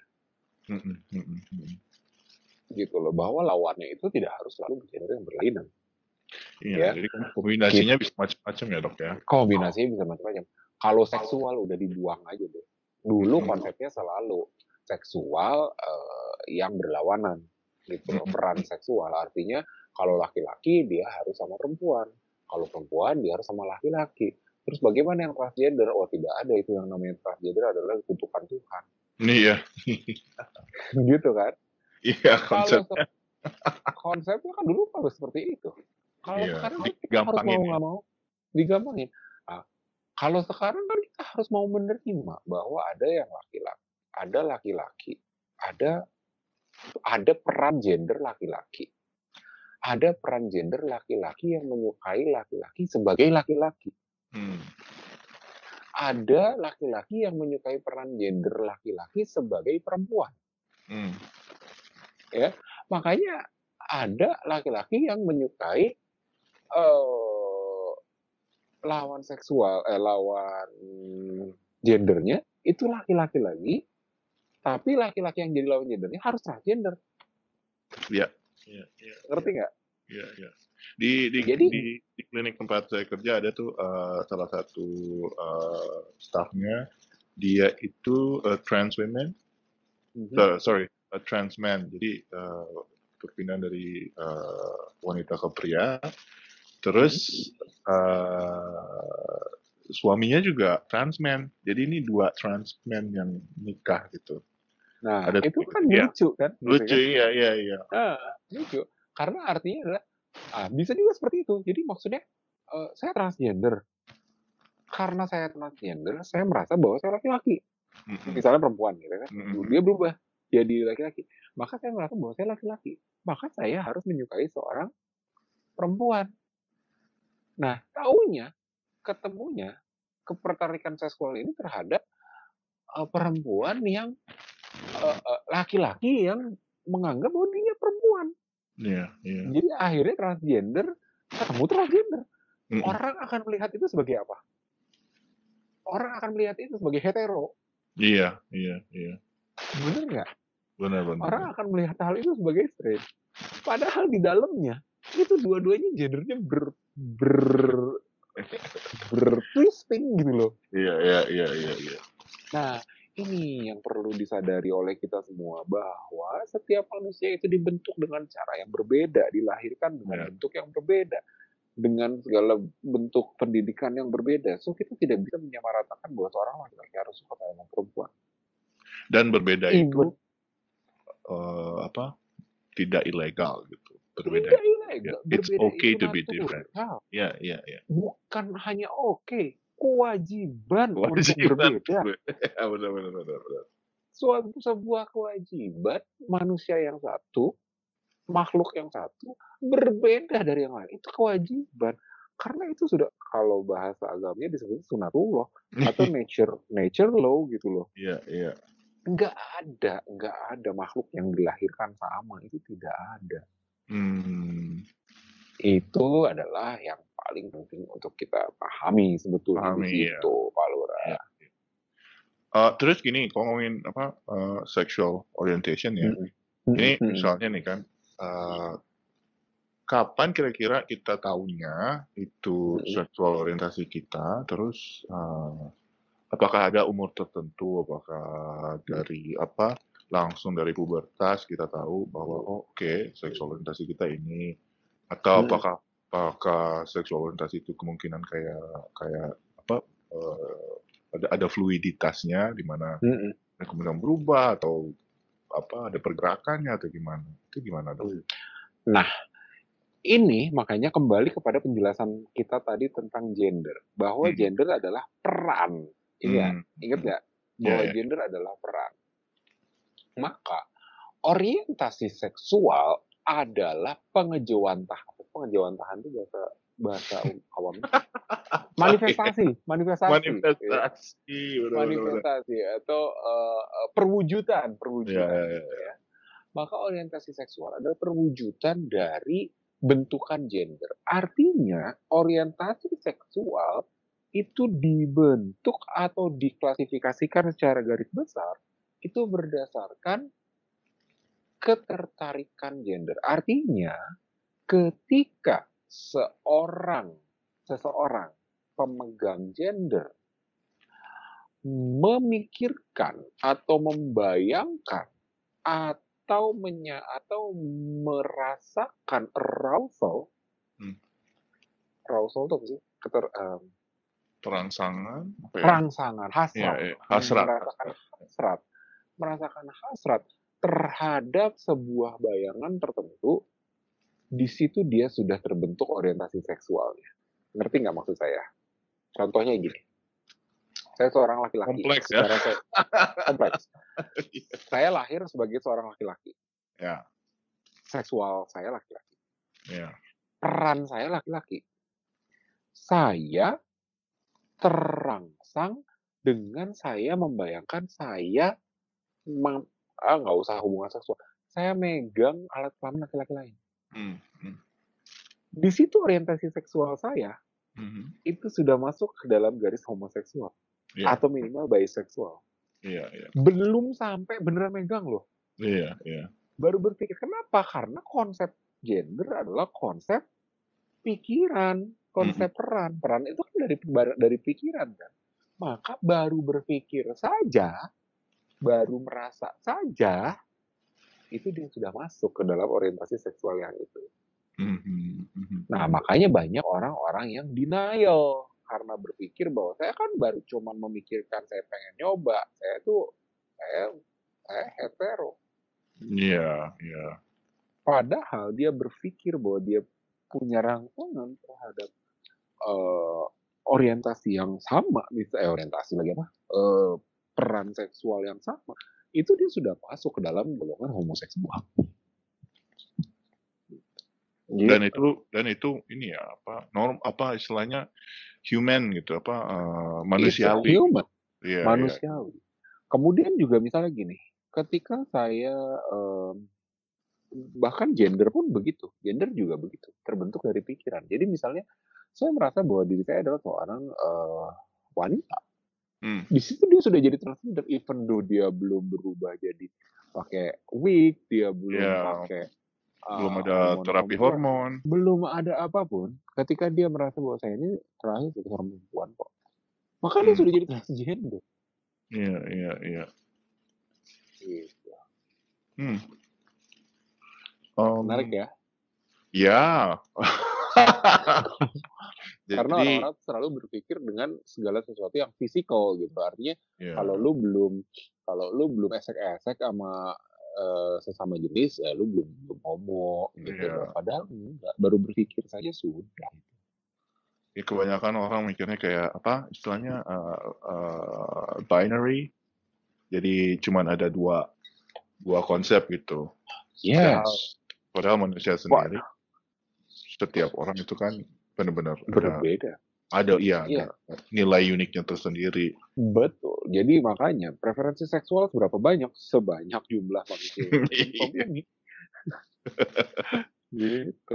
Gitu loh, bahwa lawannya itu tidak harus selalu gender yang berlainan. Iya, jadi kombinasinya bisa macam-macam ya dok ya. Kombinasinya bisa macam-macam. Kalau seksual udah dibuang aja deh. Dulu konsepnya selalu seksual yang berlawanan gitu loh. Peran seksual artinya kalau laki-laki dia harus sama perempuan, kalau perempuan dia harus sama laki-laki. Terus bagaimana yang transgender? Oh, tidak ada itu, yang namanya transgender adalah kutukan Tuhan. Iya. Gitu kan? Iya, konsepnya kan dulu harus seperti itu. Kalau sekarang kan kita harus mau nggak mau digampangin. Nah, kalau sekarang kan kita harus mau menerima bahwa ada yang laki-laki, ada laki-laki, ada peran gender laki-laki, ada peran gender laki-laki yang menyukai laki-laki sebagai laki-laki. Ada laki-laki yang menyukai peran gender laki-laki sebagai perempuan. Ya, makanya ada laki-laki yang menyukai lawan seksual, lawan gendernya itu laki-laki lagi, tapi laki-laki yang jadi lawan gendernya harus transgender. Iya. Ngerti nggak? Iya. Di klinik tempat saya kerja ada tuh salah satu staffnya, dia itu trans women, trans man, jadi perpindahan dari wanita ke pria. Terus suaminya juga trans man, jadi ini dua trans man yang nikah gitu. Nah, itu kan lucu kan? Lucu, iya. Lucu, karena artinya adalah bisa juga seperti itu. Jadi maksudnya saya transgender. Karena saya transgender, saya merasa bahwa saya laki-laki. Misalnya perempuan gitu kan. Dia berubah jadi laki-laki. Maka saya merasa bahwa saya laki-laki. Maka saya harus menyukai seorang perempuan. Nah, ketemunya ketertarikan seksual ini terhadap perempuan yang laki-laki yang menganggap bahwa dia perempuan. Iya. Jadi akhirnya transgender ketemu transgender. Orang akan melihat itu sebagai apa? Orang akan melihat itu sebagai hetero. Iya. Benar nggak? Benar. Orang akan melihat hal itu sebagai straight. Padahal di dalamnya itu dua-duanya gendernya bertwist disgusting gitu loh. Iya. Nah, ini yang perlu disadari oleh kita semua bahwa setiap manusia itu dibentuk dengan cara yang berbeda, dilahirkan dengan Iya. bentuk yang berbeda, dengan segala bentuk pendidikan yang berbeda. So kita tidak bisa menyamaratakan bahwa seorang laki-laki harus suka sama perempuan. Dan berbeda itu Even tidak ilegal gitu. Berbeda. tidak ilegal. It's Berbeda okay itu to be natural. different. Iya. Bukan hanya oke, kewajiban untuk Kewajiban. berbeda. Benar. Sebuah kewajiban manusia yang satu, makhluk yang satu, berbeda dari yang lain. Itu kewajiban. Karena itu sudah, kalau bahasa agamanya disebut sunatullah atau nature law gitu loh. Iya. Nggak ada makhluk yang dilahirkan sama, itu tidak ada. Itu adalah yang paling penting untuk kita pahami sebetulnya di situ, Pak Lurah. Iya. Terus gini, kalau ngomongin sexual orientation ya, ini misalnya nih kan, kapan kira-kira kita tahunya itu sexual orientasi kita, terus apakah ada umur tertentu, apakah dari langsung dari pubertas kita tahu bahwa oke, seksual orientasi kita ini, atau apakah seksual orientasi itu kemungkinan kayak ada fluiditasnya di mana kemudian berubah atau ada pergerakannya atau gimana? Itu gimana dong? Nah, ini makanya kembali kepada penjelasan kita tadi tentang gender, bahwa gender adalah peran. Ingat nggak? Bahwa gender adalah peran. Maka orientasi seksual adalah pengejawantahan. Pengejawantahan itu bahasa awam. Manifestasi atau perwujudan. Ya. Maka orientasi seksual adalah perwujudan dari bentukan gender. Artinya orientasi seksual itu dibentuk atau diklasifikasikan secara garis besar itu berdasarkan ketertarikan gender. Artinya ketika seseorang pemegang gender memikirkan atau membayangkan atau merasakan arousal itu apa sih? Rangsangan, hasrat. Merasakan hasrat terhadap sebuah bayangan tertentu, di situ dia sudah terbentuk orientasi seksualnya. Ngerti nggak maksud saya? Contohnya gini. Saya seorang laki-laki. Kompleks ya? Kompleks. Saya lahir sebagai seorang laki-laki. Ya. Seksual saya laki-laki. Ya. Peran saya laki-laki. Saya terangsang dengan saya membayangkan saya nggak usah hubungan seksual. Saya megang alat kelamin laki-laki lain. Di situ orientasi seksual saya itu sudah masuk ke dalam garis homoseksual atau minimal bisexual. Belum sampai beneran megang loh. Baru berpikir. Kenapa? Karena konsep gender adalah konsep pikiran, konsep peran. Peran itu kan dari pikiran kan. Maka baru berpikir saja, baru merasa saja, itu dia sudah masuk ke dalam orientasi seksual yang itu. Nah, makanya banyak orang-orang yang denial karena berpikir bahwa saya kan baru cuman memikirkan saya pengen nyoba, saya hetero. Iya. Padahal dia berpikir bahwa dia punya rangsangan terhadap orientasi yang sama, peran seksual yang sama, itu dia sudah masuk ke dalam golongan homoseksual. Dan itu ini ya istilahnya human gitu manusiawi. Human. Manusiawi. Kemudian juga misalnya gini, ketika saya bahkan gender pun begitu, gender juga begitu, terbentuk dari pikiran. Jadi misalnya saya merasa bahwa diri saya adalah seorang wanita. Di situ dia sudah jadi transgender, even though dia belum berubah jadi pakai wig, dia belum pakai belum ada terapi hormon, belum ada apapun. Ketika dia merasa bahwa saya ini terakhir jadi perempuan kok, Makanya Hmm. sudah jadi transgender. Iya. Gitu. Menarik Um, ya. ya. Karena Jadi, orang-orang selalu berpikir dengan segala sesuatu yang fisikal gitu. Artinya ya, kalau lu belum esek-esek sama sesama jenis, lu belum homo gitu loh. ya. Padahal enggak, baru berpikir saja sudah. Ya, kebanyakan orang mikirnya kayak apa istilahnya binary. Jadi cuman ada dua konsep gitu. Padahal manusia sendiri, setiap orang itu kan benar-benar Berbeda. ada Iya. nilai uniknya tersendiri. Betul. Jadi makanya preferensi seksual seberapa banyak? Sebanyak jumlah manusia yang ada di muka bumi. Gitu.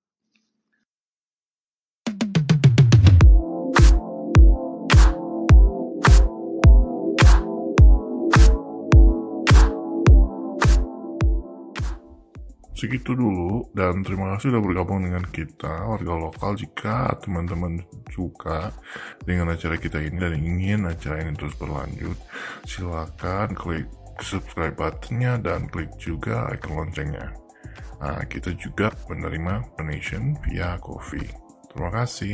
Segitu dulu, dan terima kasih sudah bergabung dengan kita, warga lokal. Jika teman-teman suka dengan acara kita ini dan ingin acara ini terus berlanjut, silakan klik subscribe buttonnya dan klik juga icon loncengnya. Nah, kita juga menerima donation via Ko-fi. Terima kasih.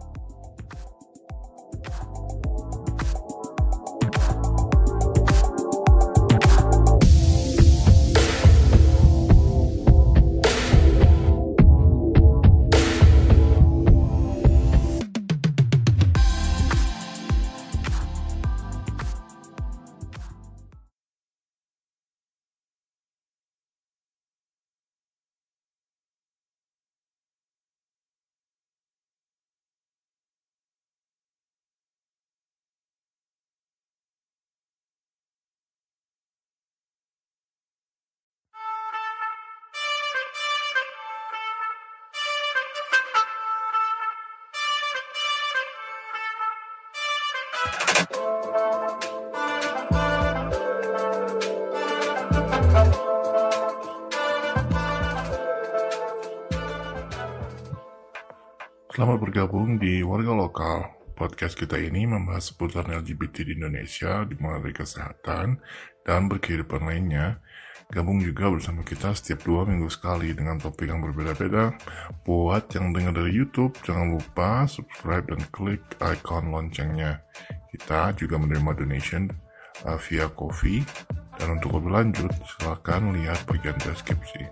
Selamat bergabung di Warga Lokal. Podcast kita ini membahas seputar LGBT di Indonesia, dimulai dari kesehatan dan berkehidupan lainnya. Gabung juga bersama kita setiap 2 minggu sekali dengan topik yang berbeda-beda. Buat yang dengar dari YouTube, jangan lupa subscribe dan klik icon loncengnya. Kita juga menerima donation via Ko-fi. Dan untuk lebih lanjut, silakan lihat bagian deskripsi.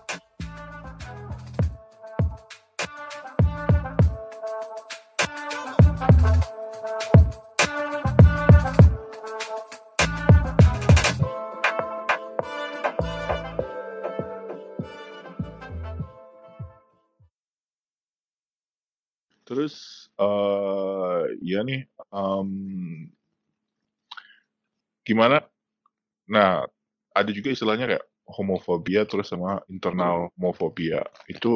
Terus ya nih gimana? Nah, ada juga istilahnya kayak homofobia terus sama internal homofobia.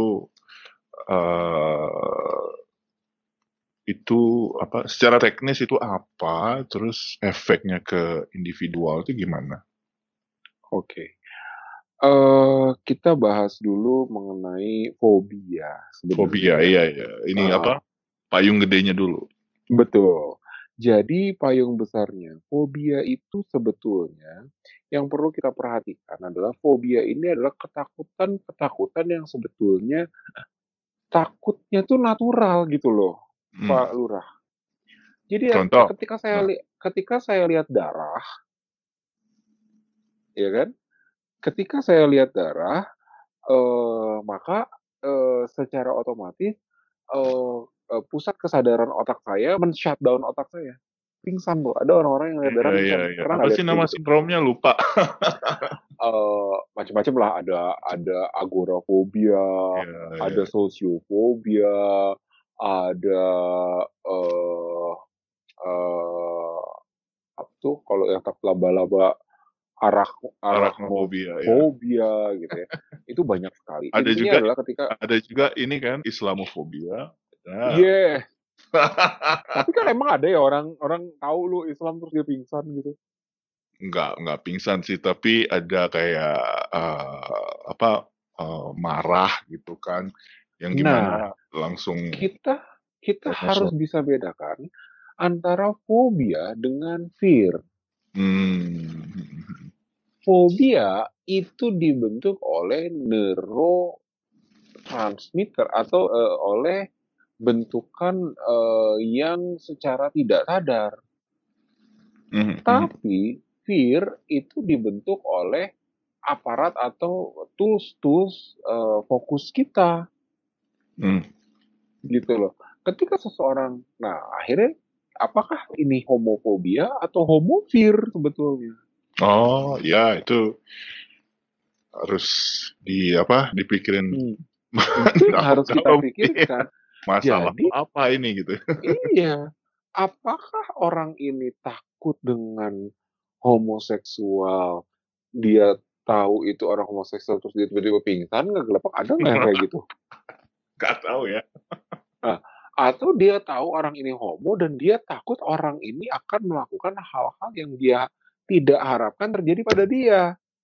Itu apa? Secara teknis itu apa? Terus efeknya ke individual itu gimana? Oke. Kita bahas dulu mengenai fobia. Fobia, iya. Ini apa? Payung gedenya dulu. Betul. Jadi payung besarnya, fobia itu sebetulnya yang perlu kita perhatikan adalah fobia ini adalah ketakutan yang sebetulnya takutnya tuh natural gitu loh, Pak Lurah. Jadi Contoh? ketika saya lihat darah, ya kan? Ketika saya lihat darah, maka secara otomatis pusat kesadaran otak saya men-shutdown otak saya. Pingsan loh. Ada orang-orang yang lihat darah pingsan. Iya. Pernah Apa nggak sih lihat nama kayak gitu? sindromnya? Lupa. Macam-macam lah. Ada agorafobia, ada sosiofobia, ada apa tuh kalau yang laba-laba Arachnophobia, fobia gitu ya. Itu banyak sekali. Intinya adalah ada juga ini kan Islamofobia. Iya. Tapi kan emang ada ya orang tahu lu Islam terus dia pingsan gitu. Enggak pingsan sih, tapi ada kayak marah gitu kan, yang gimana langsung kita harus bisa bedakan antara fobia dengan fear. Hmm. Fobia itu dibentuk oleh neurotransmitter atau oleh bentukan yang secara tidak sadar. Tapi fear itu dibentuk oleh aparat atau tools fokus kita. Gitu loh. Ketika seseorang, nah akhirnya apakah ini homofobia atau homofear sebetulnya? Oh ya, itu harus dipikirin Itu yang harus kita dalam-dalam. pikirkan. Masalah Jadi apa ini gitu. iya, apakah orang ini takut dengan homoseksual? Dia tahu itu orang homoseksual terus dia tiba-tiba pingsan nggak gelepek, ada nggak yang kayak gitu? Gak tahu ya. Nah, atau dia tahu orang ini homo dan dia takut orang ini akan melakukan hal-hal yang dia tidak harapkan terjadi pada dia.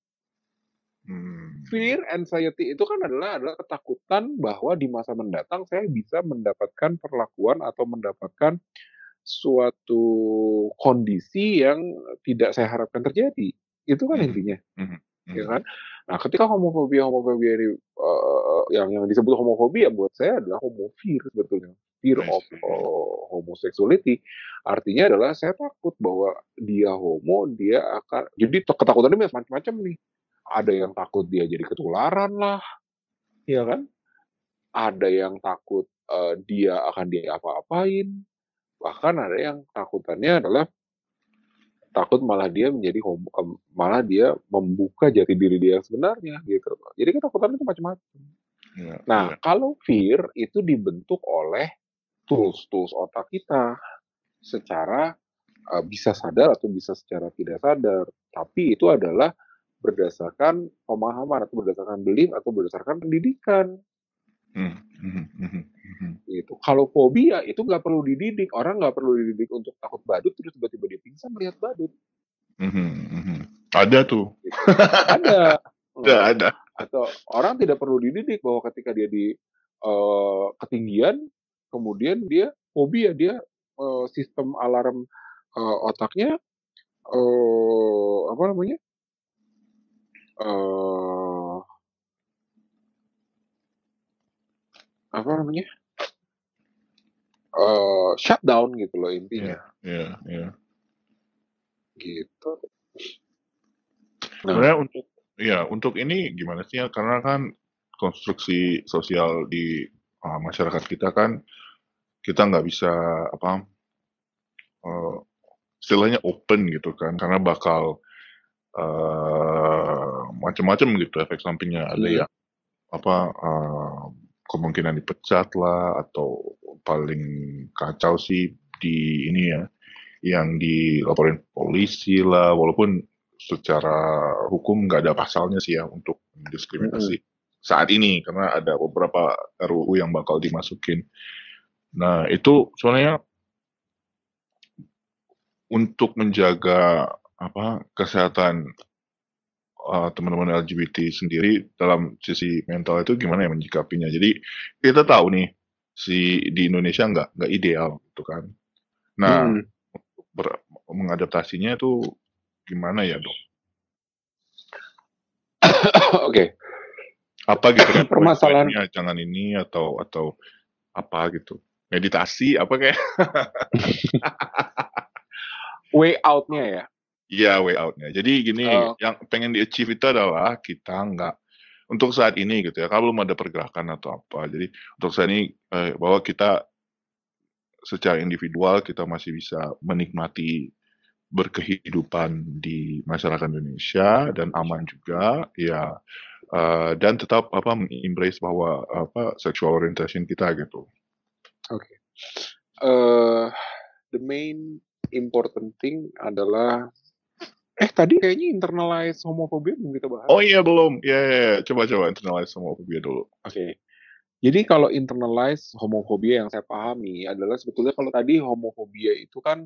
Fear, anxiety itu kan adalah ketakutan bahwa di masa mendatang saya bisa mendapatkan perlakuan atau mendapatkan suatu kondisi yang tidak saya harapkan terjadi. Itu kan intinya. Ya kan? Nah, ketika homofobia ini yang disebut homofobia buat saya adalah homofear sebetulnya. Fear of homosexuality. Artinya adalah saya takut bahwa dia homo, dia akan, jadi ketakutannya macam-macam nih. Ada yang takut dia jadi ketularan lah, ya kan? Ada yang takut dia akan diapa-apain. Bahkan ada yang takutannya adalah takut malah dia menjadi homo, malah dia membuka jati diri dia yang sebenarnya gitu. Jadi ketakutan itu macam-macam. Nah, kalau fear itu dibentuk oleh tools otak kita secara bisa sadar atau bisa secara tidak sadar. Tapi itu adalah berdasarkan pemahaman atau berdasarkan belief atau berdasarkan pendidikan. Gitu. Kalau fobia itu nggak perlu dididik, orang nggak perlu dididik untuk takut badut terus tiba-tiba dia pingsan melihat badut. Ada tuh. Gitu. Ada. Ada. Atau orang tidak perlu dididik bahwa ketika dia di ketinggian, kemudian dia fobia, dia sistem alarm otaknya apa namanya? Shutdown gitu loh intinya. Iya. Gitu. Sebenarnya untuk ini gimana sih ya? Karena kan konstruksi sosial di masyarakat kita kan kita nggak bisa istilahnya open gitu kan, karena bakal macam-macam gitu efek sampingnya. Ada yang kemungkinan dipecat lah, atau paling kacau sih di ini ya, yang dilaporin polisi lah, walaupun secara hukum nggak ada pasalnya sih ya untuk diskriminasi saat ini, karena ada beberapa RUU yang bakal dimasukin. Nah, itu sebenarnya untuk menjaga kesehatan teman-teman LGBT sendiri dalam sisi mental itu gimana ya menyikapinya. Jadi kita tahu nih di Indonesia nggak ideal gitu kan. Nah, mengadaptasinya itu gimana ya, Dok? Oke. Apa gitu kan permasalahannya jangan ini atau apa gitu. Meditasi apa kayak way out-nya ya. Iya, way out-nya. Jadi gini, yang pengen di-achieve itu adalah kita nggak, untuk saat ini gitu ya, kalau belum ada pergerakan atau apa. Jadi untuk saat ini bahwa kita secara individual kita masih bisa menikmati berkehidupan di masyarakat Indonesia dan aman juga, ya, dan tetap embrace bahwa sexual orientation kita gitu. Oke. The main important thing adalah tadi kayaknya internalize homofobia belum kita bahas. Oh iya belum. Ya. Coba internalize homofobia dulu. Oke. Jadi kalau internalize homofobia yang saya pahami adalah sebetulnya kalau tadi homofobia itu kan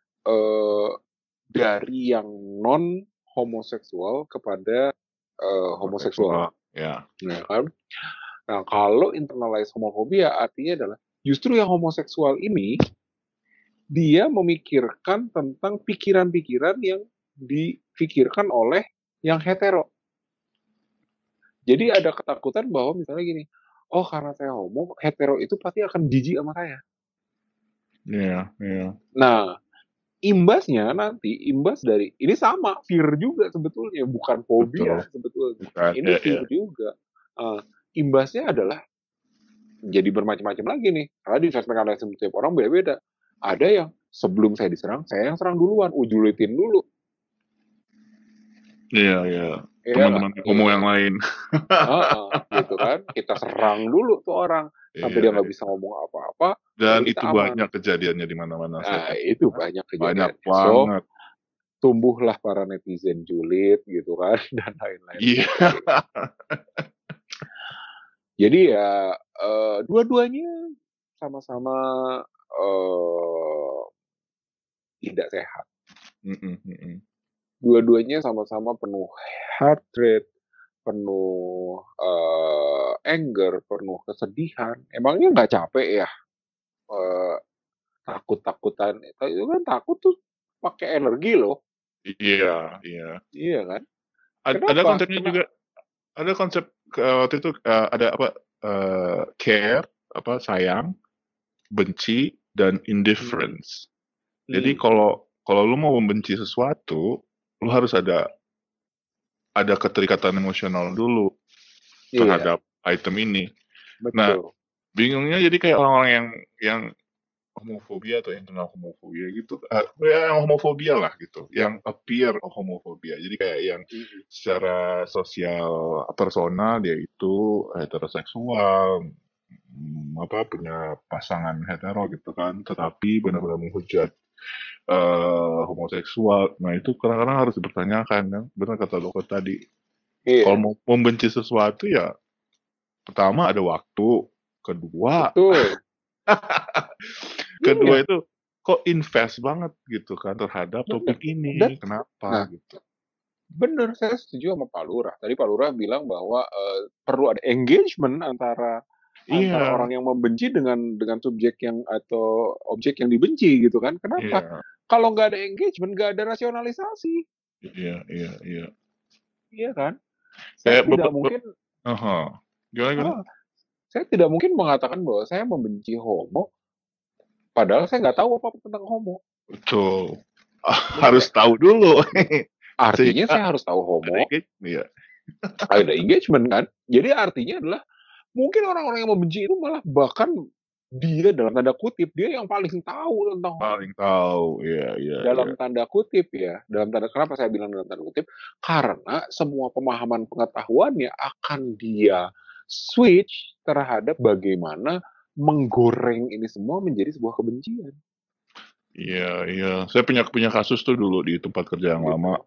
dari yang non homoseksual kepada homoseksual. Ya. Nah kan. Nah kalau internalize homofobia artinya adalah justru yang homoseksual ini dia memikirkan tentang pikiran-pikiran yang dipikirkan oleh yang hetero. Jadi ada ketakutan bahwa misalnya gini, oh karena saya homo, hetero itu pasti akan jijik sama saya. Iya. Nah, imbas dari ini sama fear juga sebetulnya, bukan fobia sebetulnya. Bukan, Ini fear juga. Imbasnya adalah jadi bermacam-macam lagi nih. Karena di sosmed analysis setiap orang beda-beda. Ada yang sebelum saya diserang, saya yang serang duluan, ujulitin dulu. Iya. Teman-teman homo yang lain. Gitu kan. Kita serang dulu tuh orang sampai dia nggak bisa ngomong apa-apa. Dan itu banyak kejadiannya di mana-mana. Nah, itu banyak kejadian. Banyak banget. Tumbuhlah para netizen julid gitu kan dan lain-lain. Iya. Jadi ya dua-duanya sama-sama tidak sehat. Dua-duanya sama-sama penuh heart rate, penuh anger, penuh kesedihan. Emangnya nggak capek ya? Takut-takutan itu kan, takut tuh pakai energi loh. Iya. Iya kan? Ada konsepnya juga. Ada konsep waktu itu ada apa? Care, apa, sayang, benci, dan indifference. Jadi kalau lu mau membenci sesuatu, lu harus ada keterikatan emosional dulu terhadap item ini. Betul. Nah, bingungnya jadi kayak orang-orang yang homofobia atau internal homofobia gitu, yang homofobia lah gitu, yang appear of homofobia. Jadi kayak yang secara sosial personal dia itu heteroseksual, punya pasangan hetero gitu kan, tetapi benar-benar menghujat homoseksual. Nah itu kadang-kadang harus dipertanyakan kan, benar kata dokter tadi. Kalau mau membenci sesuatu ya pertama ada waktu, kedua itu kok invest banget gitu kan terhadap topik ini. Kenapa gitu? Bener, saya setuju sama Pak Lurah. Tadi Pak Lurah bilang bahwa perlu ada engagement antara orang yang membenci dengan subjek yang atau objek yang dibenci gitu kan. Kenapa? Kalau nggak ada engagement, nggak ada rasionalisasi. Iya. Iya kan? Saya tidak mungkin. Gimana? Saya tidak mungkin mengatakan bahwa saya membenci homo, padahal saya nggak tahu apa tentang homo. Betul. Harus tahu dulu. Artinya saya harus tahu homo. Ada engagement kan? Jadi artinya adalah mungkin orang-orang yang membenci itu malah bahkan dia dalam tanda kutip dia yang paling tahu tentang homo. Paling tahu, iya. Dalam tanda kutip ya. Kenapa saya bilang dalam tanda kutip? Karena semua pemahaman pengetahuannya akan dia switch terhadap bagaimana menggoreng ini semua menjadi sebuah kebencian. Iya. Saya punya kasus tuh dulu di tempat kerja yang lama.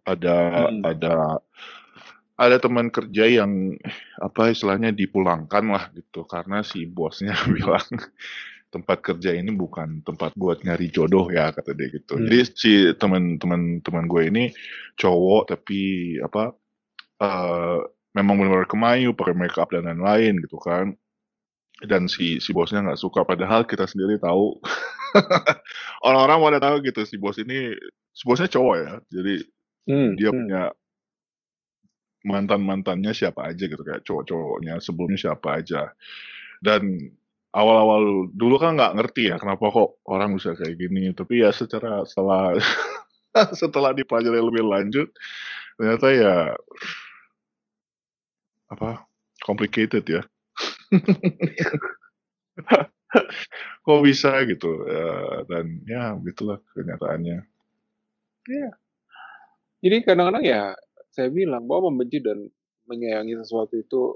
Ada teman kerja yang istilahnya dipulangkan lah gitu karena si bosnya bilang tempat kerja ini bukan tempat buat nyari jodoh ya, kata dia gitu. Jadi si teman gue ini cowok tapi memang benar-benar kemayu, pakai make up dan lain-lain gitu kan. Dan si bosnya nggak suka, padahal kita sendiri tahu orang-orang pada tahu gitu si bosnya cowok ya. Jadi dia punya mantannya siapa aja gitu, kayak cowok-cowoknya sebelumnya siapa aja. Dan awal-awal dulu kan nggak ngerti ya kenapa kok orang bisa kayak gini, tapi ya setelah dipelajari lebih lanjut ternyata ya complicated ya. Kok bisa gitu ya, dan ya begitulah kenyataannya. Ya. Jadi kadang-kadang ya saya bilang bahwa membenci dan menyayangi sesuatu itu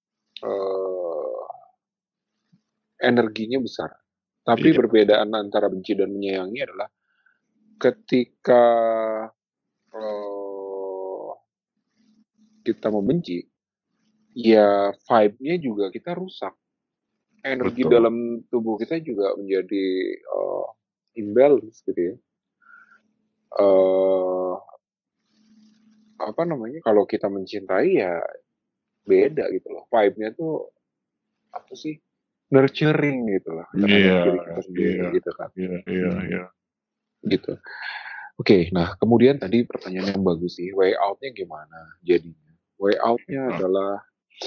energinya besar. Tapi perbedaan antara benci dan menyayangi adalah ketika kita membenci, ya vibe-nya juga kita rusak. Energi dalam tubuh kita juga menjadi imbalance gitu ya. Kalau kita mencintai ya beda gitu loh. Vibe-nya tuh nurturing gitu loh. Iya. Gitu kan. Iya. gitu. Oke, nah kemudian tadi pertanyaan yang bagus sih, way out-nya gimana jadinya? Way out-nya adalah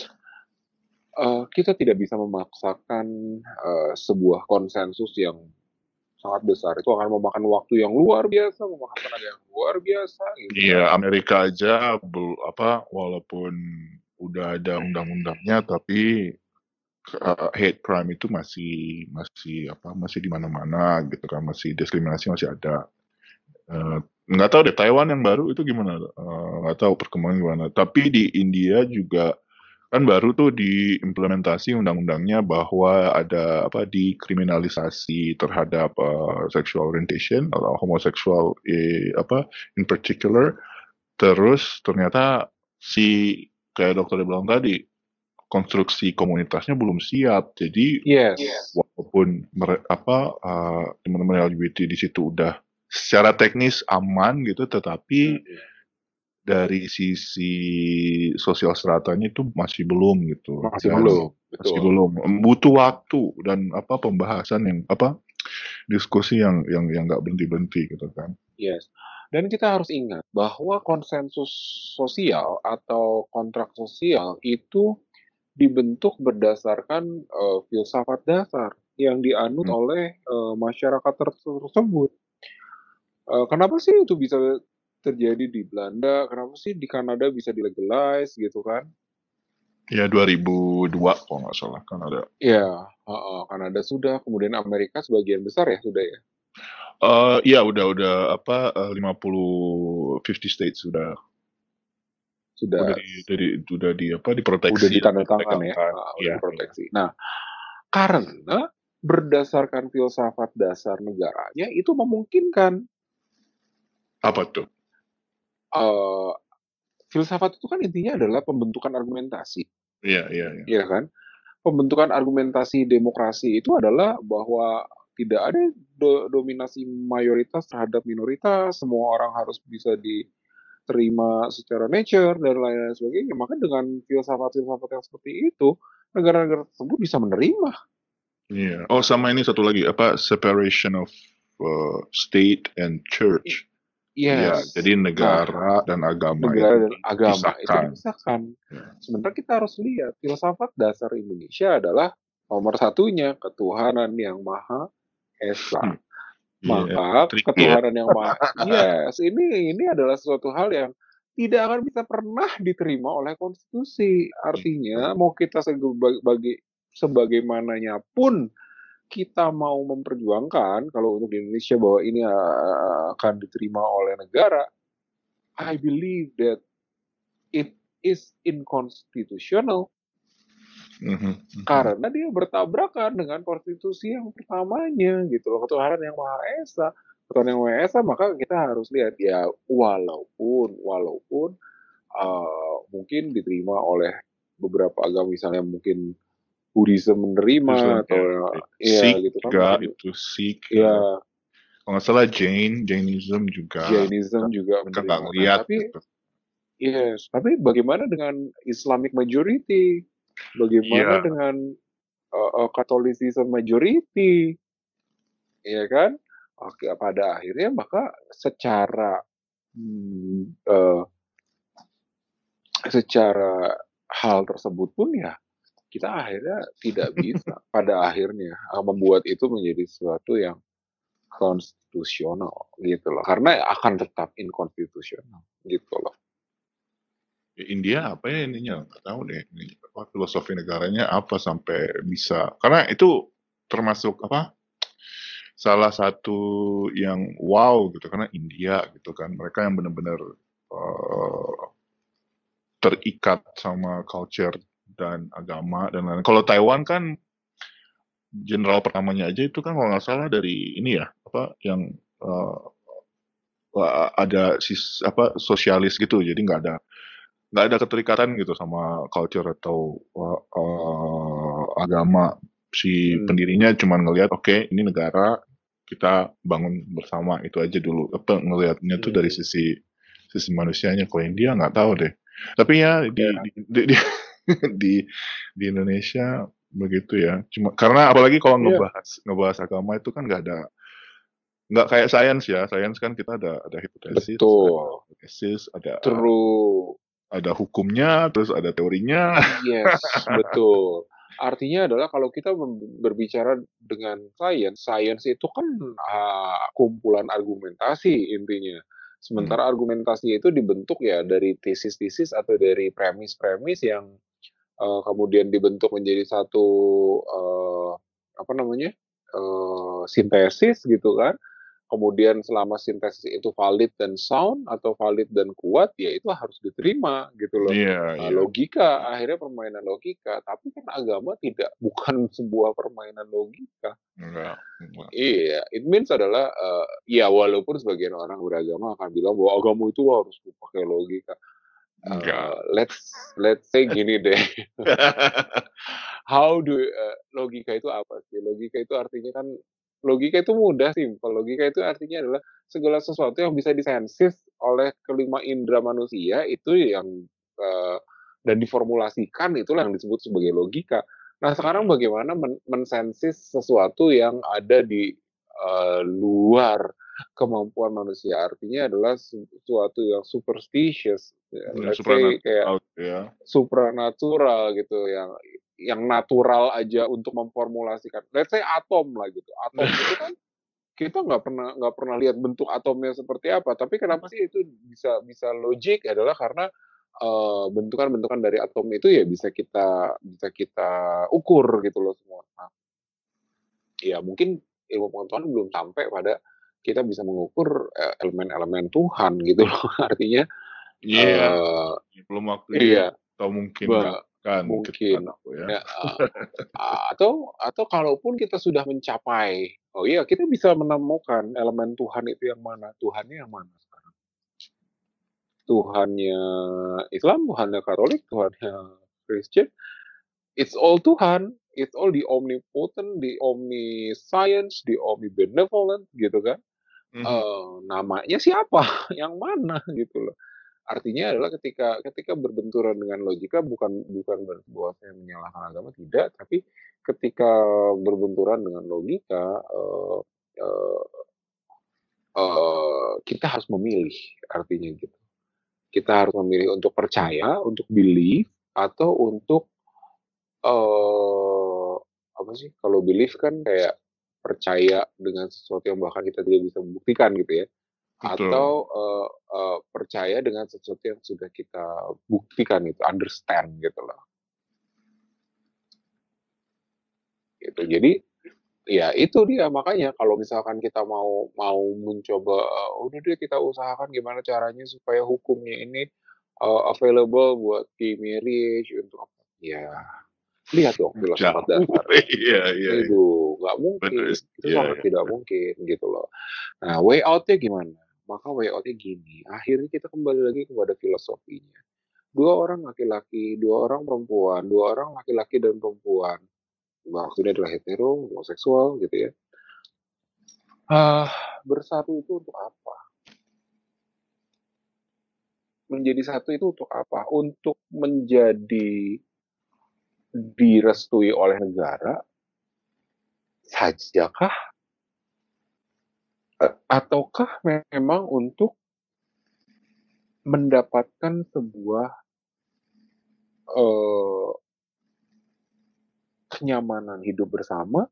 kita tidak bisa memaksakan sebuah konsensus yang sangat besar. Itu akan memakan waktu yang luar biasa, memakan tenaga yang luar biasa gitu kan. Iya, Amerika aja walaupun udah ada undang-undangnya, tapi hate crime itu masih di mana-mana gitu kan, masih diskriminasi masih ada. Nggak tahu deh Taiwan yang baru itu gimana, nggak tahu perkembangan gimana. Tapi di India juga kan baru tuh diimplementasi undang-undangnya bahwa ada dikriminalisasi terhadap sexual orientation atau homoseksual in particular. Terus ternyata kayak dokter bilang tadi, konstruksi komunitasnya belum siap. Jadi walaupun teman-teman LGBT di situ udah secara teknis aman gitu, tetapi dari sisi sosial stratanya itu masih belum gitu. Masih belum. Butuh waktu dan pembahasan yang diskusi yang nggak berhenti gitu kan. Yes. Dan kita harus ingat bahwa konsensus sosial atau kontrak sosial itu dibentuk berdasarkan filsafat dasar yang dianut oleh masyarakat tersebut. Kenapa sih itu bisa terjadi di Belanda? Kenapa sih di Kanada bisa dilegalize gitu kan? Ya 2002 kalau nggak salah Kanada. Ya, Kanada sudah, kemudian Amerika sebagian besar ya sudah ya. Iya udah 50 states sudah diproteksi. Udah ditandatangan ya, udah diproteksi. Nah, karena berdasarkan filsafat dasar negaranya itu memungkinkan. Apa tuh? Filsafat itu kan intinya adalah pembentukan argumentasi. Iya. Iya kan? Pembentukan argumentasi demokrasi itu adalah bahwa tidak ada dominasi mayoritas terhadap minoritas, semua orang harus bisa diterima secara nature dan lain-lain sebagainya. Maka dengan filsafat-filsafat yang seperti itu, negara-negara tersebut bisa menerima. Iya. Oh, sama ini satu lagi, separation of state and church. Iya, jadi negara dan agama itu dipisahkan. Sementara kita harus lihat filsafat dasar Indonesia adalah nomor satunya ketuhanan yang Maha Esa. Maka ketuhanan yang Maha ini adalah suatu hal yang tidak akan bisa pernah diterima oleh konstitusi. Artinya mau kita sebagaimananya pun kita mau memperjuangkan kalau untuk di Indonesia bahwa ini akan diterima oleh negara, I believe that it is inconstitutional. Karena dia bertabrakan dengan konstitusi yang pertamanya gitu loh, ketuhanan yang Maha Esa. Ketuhanan yang Maha Esa, maka kita harus lihat ya walaupun mungkin diterima oleh beberapa agama, misalnya mungkin Buddhism menerima atau gitu kan. Itu Sikh. Ya. Kalau nggak salah Jainism juga menerima. Tapi bagaimana dengan Islamic majority? Bagaimana dengan Catholicism majority? Iya kan? Oke, pada akhirnya maka secara hal tersebut pun ya kita akhirnya tidak bisa pada akhirnya membuat itu menjadi sesuatu yang konstitusional gitu loh, karena akan tetap inkonstitusional gitu loh. India apa ya ininya nggak tahu deh, filosofi negaranya apa sampai bisa, karena itu termasuk salah satu yang wow gitu, karena India gitu kan, mereka yang benar-benar terikat sama culture dan agama dan lain-lain. Kalau Taiwan kan jenderal pertamanya aja itu kan kalau nggak salah dari ini ya yang ada sosialis gitu, jadi nggak ada keterikatan gitu sama culture atau agama. Si pendirinya cuma ngelihat oke, ini negara kita bangun bersama, itu aja dulu. Ngelihatnya tuh dari sisi manusianya. Kalau India nggak tahu deh. Tapi ya di Indonesia begitu ya. Cuma karena apalagi kalau ngebahas agama itu kan nggak ada nggak kayak sains ya. Sains kan kita ada hipotesis, Betul. True. ada hukumnya, terus ada teorinya. Yes, betul. Artinya adalah kalau kita berbicara dengan sains itu kan kumpulan argumentasi intinya. Sementara argumentasi itu dibentuk ya dari tesis-tesis atau dari premis-premis yang kemudian dibentuk menjadi satu sintesis gitu kan. Kemudian selama sintesis itu valid dan sound atau valid dan kuat, ya itu harus diterima gitu loh. Iya. Logika, akhirnya permainan logika. Tapi kan agama bukan sebuah permainan logika. Enggak. Iya, it means adalah, ya walaupun sebagian orang beragama akan bilang bahwa agama itu harus pakai logika. Let's say gini deh. Logika itu apa sih? Logika itu artinya kan, logika itu mudah, simpel. Logika itu artinya adalah segala sesuatu yang bisa disensis oleh kelima indera manusia itu yang dan diformulasikan, itulah yang disebut sebagai logika. Nah sekarang bagaimana mensensis sesuatu yang ada di luar kemampuan manusia, artinya adalah sesuatu yang superstitious, kayak supranatural gitu, yang natural aja untuk memformulasikan. Let's say atom lah gitu. Atom itu kan kita nggak pernah lihat bentuk atomnya seperti apa, tapi kenapa sih itu bisa logik adalah karena bentukan-bentukan dari atom itu ya bisa kita ukur gitu loh semua. Nah, ya mungkin ilmu pengetahuan belum sampai pada kita bisa mengukur elemen-elemen Tuhan gitu loh. Artinya belum waktu atau mungkin mungkin ya, atau kalaupun kita sudah mencapai, kita bisa menemukan elemen Tuhan itu yang mana, Tuhannya yang mana sekarang, Tuhannya Islam, Tuhannya Katolik, Tuhannya Kristen, it's all Tuhan, it's all the omnipotent, the omniscience, the omnibenevolent gitu kan. Namanya siapa, yang mana gitu loh. Artinya adalah ketika berbenturan dengan logika bukan bahwa saya menyalahkan agama, tidak, tapi ketika berbenturan dengan logika kita harus memilih, artinya gitu. Kita harus memilih untuk percaya, untuk believe, atau untuk apa sih? Kalau believe kan kayak percaya dengan sesuatu yang bahkan kita tidak bisa membuktikan gitu ya. Betul. Atau percaya dengan sesuatu yang sudah kita buktikan, itu understand gitu loh. Gitu. Jadi ya itu dia, makanya kalau misalkan kita mau mencoba, udah deh kita usahakan gimana caranya supaya hukumnya ini available buat gay marriage untuk apa? Ya lihat dong filsafat dasar. Itu nggak mungkin, itu sangat tidak mungkin gitu loh. Nah way outnya gimana? Maka way outnya gini, akhirnya kita kembali lagi kepada filosofinya. 2 orang laki-laki, 2 orang perempuan, 2 orang laki-laki dan perempuan, maksudnya adalah hetero, homoseksual gitu ya. Bersatu itu untuk apa? Menjadi satu itu untuk apa? Untuk menjadi direstui oleh negara sajakah? Ataukah memang untuk mendapatkan sebuah kenyamanan hidup bersama,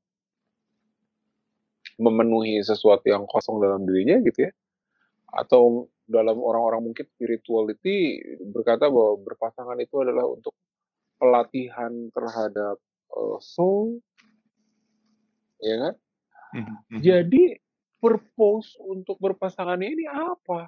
memenuhi sesuatu yang kosong dalam dirinya gitu ya, atau dalam orang-orang mungkin spirituality berkata bahwa berpasangan itu adalah untuk pelatihan terhadap soul, ya kan? Jadi purpose untuk berpasangannya ini apa?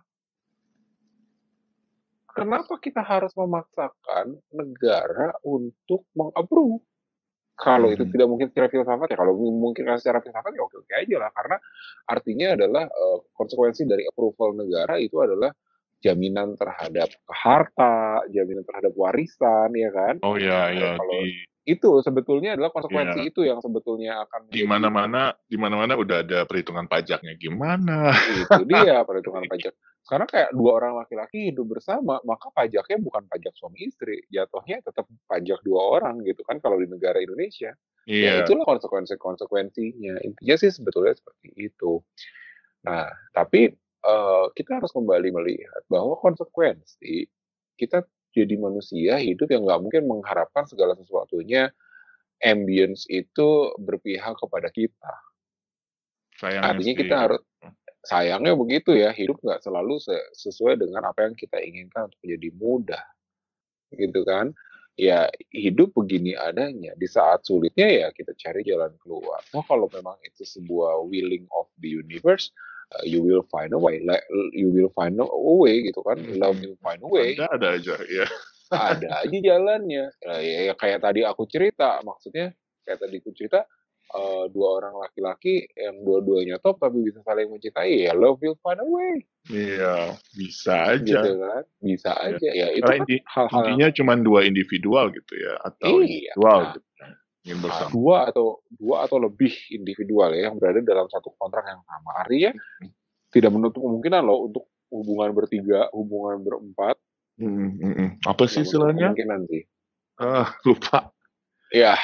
Kenapa kita harus memaksakan negara untuk meng-approve? Kalau itu tidak mungkin secara filsafat ya, kalau mungkin secara filsafat ya oke-oke aja lah, karena artinya adalah konsekuensi dari approval negara itu adalah jaminan terhadap harta, jaminan terhadap warisan, ya kan? Oh iya. Kalau itu sebetulnya adalah konsekuensi itu yang sebetulnya akan di mana-mana udah ada perhitungan pajaknya gimana. Itu dia perhitungan pajak. Karena kayak 2 orang laki-laki hidup bersama, maka pajaknya bukan pajak suami istri, jatuhnya tetap pajak 2 orang gitu kan kalau di negara Indonesia. Ya itulah konsekuensinya. Intinya sih sebetulnya seperti itu. Nah, tapi kita harus kembali melihat bahwa konsekuensi kita jadi manusia hidup yang nggak mungkin mengharapkan segala sesuatunya ambience itu berpihak kepada kita. Sayangnya Artinya sih kita harus, sayangnya begitu ya, hidup nggak selalu sesuai dengan apa yang kita inginkan untuk menjadi mudah, gitu kan. Ya hidup begini adanya, di saat sulitnya ya kita cari jalan keluar. Oh kalau memang itu sebuah willing of the universe, you will find a way, you will find a way gitu kan, love will find a way, ada aja ya. ada aja jalannya. Ya kayak tadi aku cerita, maksudnya kayak tadi aku cerita, dua orang laki-laki yang dua-duanya top tapi bisa saling mencintai, ya love will find a way, Iya, bisa aja. gitu kan, bisa Ya. aja. Ya itu Karena kan hal-hal yang intinya cuma dua individual gitu ya, atau iya. individual Nah, gitu, ingin bersama. dua atau lebih individual ya yang berada dalam satu kontrak yang sama. Artinya tidak menutup kemungkinan loh untuk hubungan bertiga, hubungan berempat. Apa sih Tidak menutup istilahnya? kemungkinan sih. Lupa. Ya,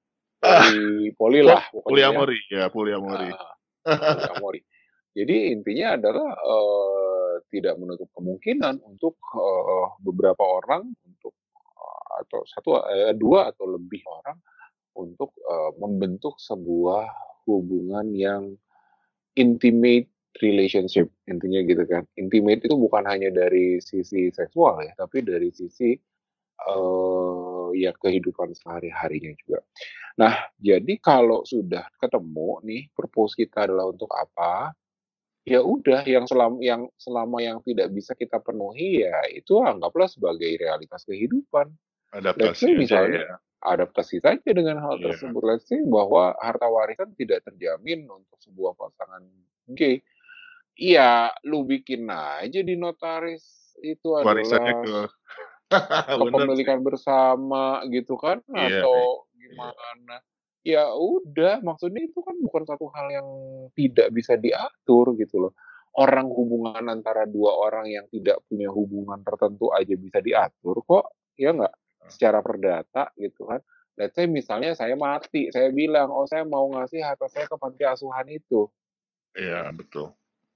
poli lah pokoknya Poliamori ya, poliamori. Poliamori. Jadi intinya adalah tidak menutup kemungkinan untuk beberapa orang untuk atau dua atau lebih orang untuk membentuk sebuah hubungan yang intimate relationship, intinya gitu kan. Intimate itu bukan hanya dari sisi seksual ya, tapi dari sisi ya kehidupan sehari-harinya juga. Nah, jadi kalau sudah ketemu nih purpose kita adalah untuk apa, ya udah yang selama yang tidak bisa kita penuhi ya itu anggaplah sebagai realitas kehidupan. Let's Adaptasi say aja misalnya ya. adaptasi saja dengan hal Iya. tersebut. Let's say bahwa harta warisan tidak terjamin untuk sebuah pasangan gay. Iya, lu bikin aja di notaris itu Warisannya adalah bener sih. kepemilikan bersama gitu kan, Iya. atau gimana. Ya udah, maksudnya itu kan bukan satu hal yang tidak bisa diatur gitu loh. Orang hubungan antara dua orang yang tidak punya hubungan tertentu aja bisa diatur kok, ya nggak? Secara perdata gitu kan. Let's say misalnya saya mati, saya bilang, oh saya mau ngasih harta saya ke panti asuhan itu, Iya, betul.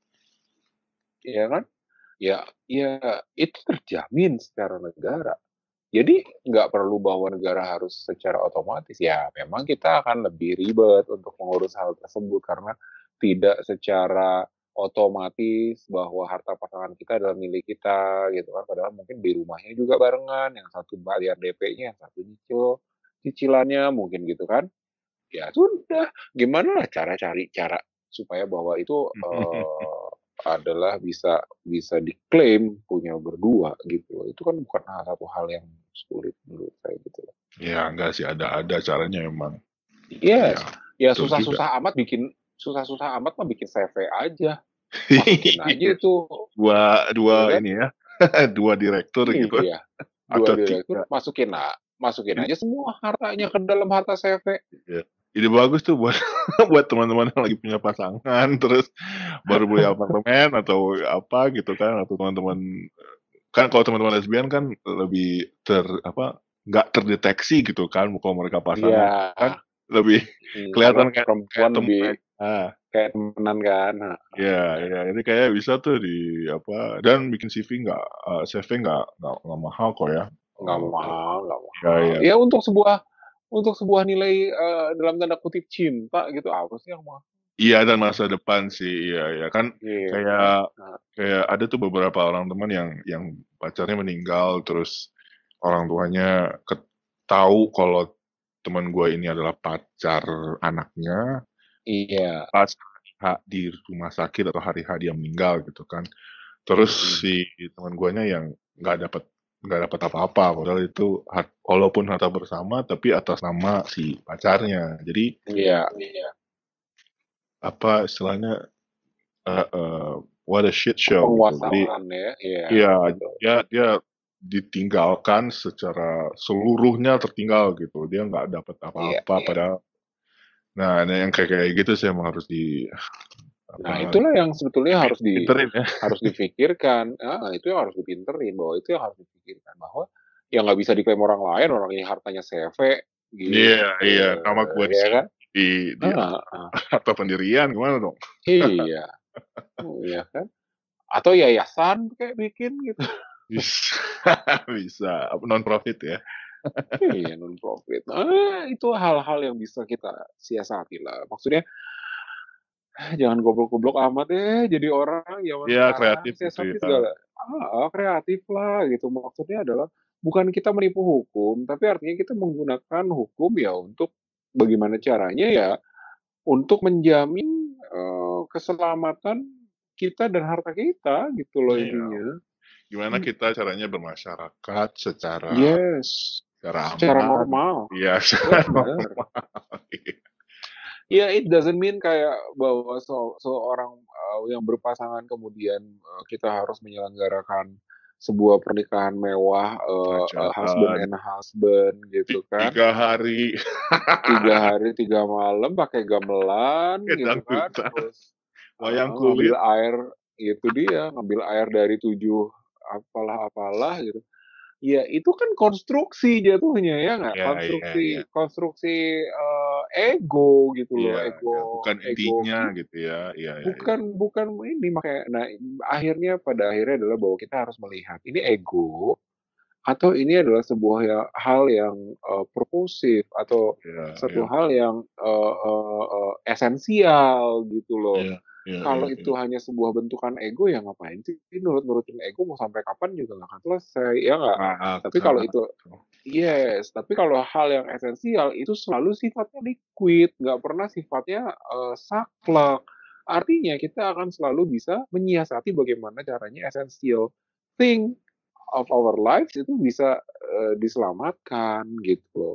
ya kan? Ya itu terjamin secara negara. Jadi nggak perlu bahwa negara harus secara otomatis. Ya memang kita akan lebih ribet untuk mengurus hal tersebut karena tidak secara otomatis bahwa harta pasangan kita adalah milik kita gitu kan. Padahal mungkin di rumahnya juga barengan, yang satu bayar DP-nya, yang satu nyicil cicilannya mungkin gitu kan. Ya sudah, gimana lah cari cara supaya bahwa itu adalah bisa diklaim punya berdua gitu. Itu kan bukan satu hal yang sulit menurut saya gitu loh. Ya enggak sih, ada caranya emang. Yes. Ya betul susah-susah amat mah bikin CV aja. Masukin aja itu. Dua Iya kan? ini ya. Dua direktur gitu. Iya. Dua Atau direktur masukin aja semua hartanya ke dalam harta CV. Iya. Ide bagus tuh buat buat teman-teman yang lagi punya pasangan terus baru beli apartemen atau apa gitu kan, atau teman-teman kan kalau teman-teman lesbian kan lebih nggak terdeteksi gitu kan kalau mereka pasangan. Iya. Kan lebih kelihatan kayak perempuan temen lebih aja. kayak temenan kan. Iya, ini kayak bisa tuh di dan bikin CV nggak mahal kok ya. Nggak mahal. Ya. Ya untuk sebuah nilai dalam tanda kutip cinta gitu apa sih yang mahal? Iya, dan masa depan sih, iya kan kayak ada tuh beberapa orang teman yang pacarnya meninggal terus orang tuanya tahu kalau teman gue ini adalah pacar anaknya. Iya. Pas di rumah sakit atau hari dia meninggal gitu kan. Terus si teman guanya yang nggak dapat apa-apa, padahal itu walaupun harta bersama tapi atas nama si pacarnya. Jadi Iya. apa istilahnya what a shit show gitu. Jadi dia ditinggalkan secara seluruhnya, tertinggal gitu. Dia nggak dapat apa-apa padahal. Nah, yang kayak gitu sih emang harus itulah yang sebetulnya harus ya. harus dipikirkan. Itu yang harus dipinterin, bahwa itu yang harus dipikirkan bahwa yang nggak bisa diklaim orang lain, orang ini hartanya CV gitu. Iya, nama gue ya kan? di atau pendirian gimana dong? Iya. Iya kan? Atau yayasan kayak bikin gitu. Bisa, bisa. Non profit ya. Iya, non profit. Itu hal-hal yang bisa kita siasati lah. Maksudnya jangan goblok-goblok amat deh jadi orang zaman Iya, sekarang kreatif gitu siasati ya. segala. Kreatif lah gitu. Maksudnya adalah bukan kita menipu hukum, tapi artinya kita menggunakan hukum ya untuk bagaimana caranya ya untuk menjamin keselamatan kita dan harta kita gitu loh Iya. intinya. Gimana kita caranya bermasyarakat Yes, secara secara aman. normal. Iya, secara Benar. normal. Iya. Ya, it doesn't mean kayak bahwa seorang yang berpasangan kemudian kita harus menyelenggarakan sebuah pernikahan mewah, husband Kerajaan. and husband gitu kan. 3 hari. 3 hari 3 malam pakai gamelan Kayak gitu kan, dangdutan. terus Wayang ngambil kulit. air, itu dia, ngambil air dari 7 apalah-apalah gitu. Ya itu kan konstruksi jatuhnya ya nggak? Iya, iya, iya. Konstruksi konstruksi, ego gitu Iya, loh, iya. ego Bukan ego intinya gitu ya. Iya, iya, iya. bukan ini makanya nah akhirnya pada akhirnya adalah bahwa kita harus melihat ini ego atau ini adalah sebuah hal yang, purposive atau Iya, satu iya. hal yang, esensial gitu loh. Iya, iya, iya, Kalau iya. itu hanya sebuah bentukan ego ya ngapain sih nurut-nurutin ego mau sampai kapan juga nggak akan selesai, ya nggak? Nggak Tapi kalau akan. itu yes, tapi kalau hal yang esensial itu selalu sifatnya liquid, nggak pernah sifatnya, saklek. Artinya kita akan selalu bisa menyiasati bagaimana caranya essential thing of our lives itu bisa, diselamatkan gitu loh.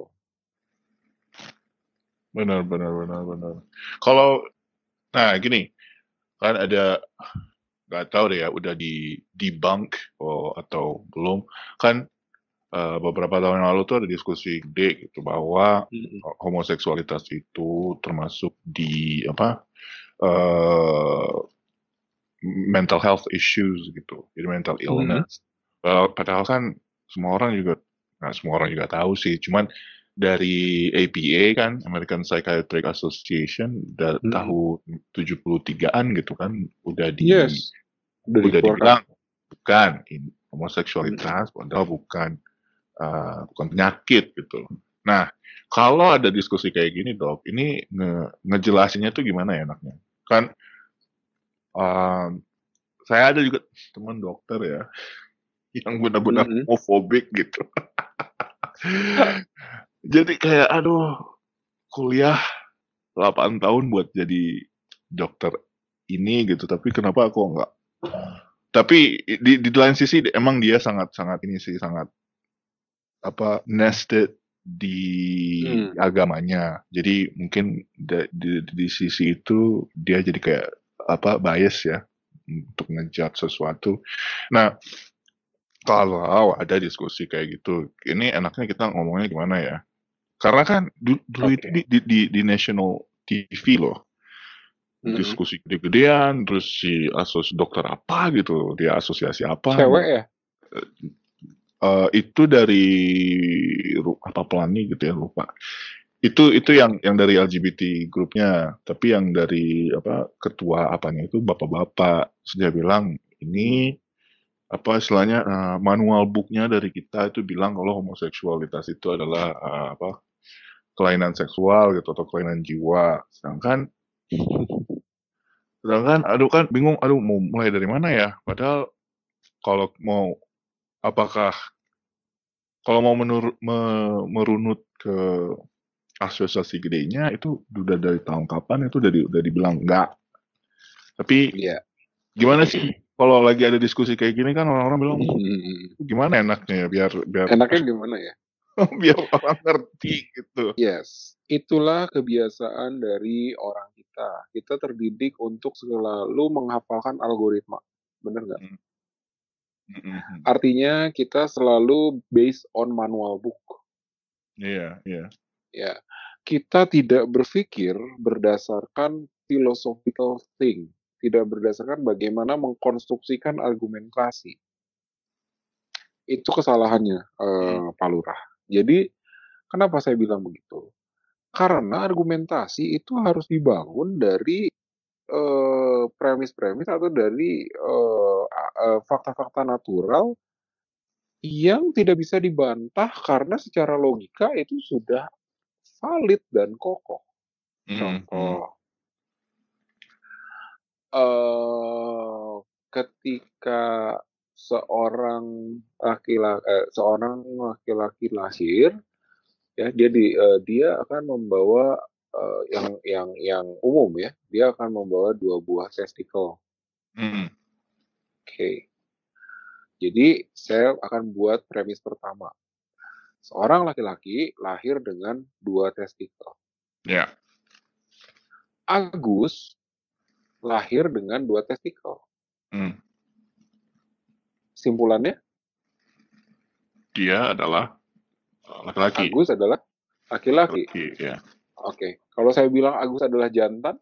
Benar, benar, benar, benar. Kalau nah gini, kan ada nggak tahu deh ya udah di debunk atau belum, kan beberapa tahun yang lalu tuh ada diskusi gede gitu bahwa Mhm. homoseksualitas itu termasuk di apa, eee, mental health issues gitu, jadi mental Mhm. illness. Padahal kan semua orang juga nggak semua orang juga tahu sih, cuman dari APA kan, American Psychiatric Association, Mhm. tahun 73-an gitu kan, Yes, udah udah dikeluarkan. dibilang bukan Mhm. homoseksualitas, padahal bukan penyakit gitu. Nah, kalau ada diskusi kayak gini Dok, ini ngejelasinnya tuh gimana ya enaknya? Kan eee, saya ada juga teman dokter ya, yang benar-benar Mhm. homofobik gitu. Jadi kayak aduh, kuliah 8 tahun buat jadi dokter ini gitu, tapi kenapa aku enggak, tapi di lain sisi emang dia sangat-sangat ini sih, sangat nested di Mmm. agamanya. Jadi mungkin di sisi itu dia jadi kayak bias ya untuk ngejudge sesuatu. Nah, kalau ada diskusi kayak gitu, ini enaknya kita ngomongnya gimana ya? Karena kan dulu itu Oke. di national TV loh, Mhm. diskusi gede-gedean, terus si dokter apa gitu, dia asosiasi apa, Cewek ya? itu dari apa Pelani gitu ya, lupa. Itu yang dari LGBT grupnya, tapi yang dari ketua apanya itu bapak-bapak. Terus dia bilang, Mhm. "Ini istilahnya, manual book-nya dari kita itu bilang kalau homoseksualitas itu adalah, kelainan seksual gitu atau kelainan jiwa." Sedangkan aduh kan bingung, aduh mau mulai dari mana ya? Padahal kalau mau apakah kalau mau merunut ke asosiasi gedenya itu udah dari tahun kapan itu udah dibilang enggak. Tapi Iya. gimana sih kalau lagi ada diskusi kayak gini kan orang-orang bilang, Mhm. gimana enaknya ya biar biar Enaknya gimana ya? biar orang ngerti gitu. Yes, itulah kebiasaan dari orang kita. Kita terdidik untuk selalu menghafalkan algoritma, bener nggak? Mhm, mhm, mhm. Artinya kita selalu based on manual book, Iya, iya. ya. Kita tidak berpikir berdasarkan philosophical thing, tidak berdasarkan bagaimana mengkonstruksikan argumentasi. Itu kesalahannya, Mhm, Pak Lurah. Jadi, kenapa saya bilang begitu? Karena argumentasi itu harus dibangun dari premis-premis atau dari fakta-fakta natural yang tidak bisa dibantah karena secara logika itu sudah valid dan kokoh. Contoh, ketika seorang laki-laki lahir, ya dia akan membawa yang umum ya, dia akan membawa 2 buah testikel. Oke. Jadi saya akan buat premis pertama. Seorang laki-laki lahir dengan 2 testikel. Ya. Agus lahir dengan 2 testikel. Simpulannya? Dia adalah laki-laki. Agus adalah laki-laki. Ya. Oke. Kalau saya bilang Agus adalah jantan?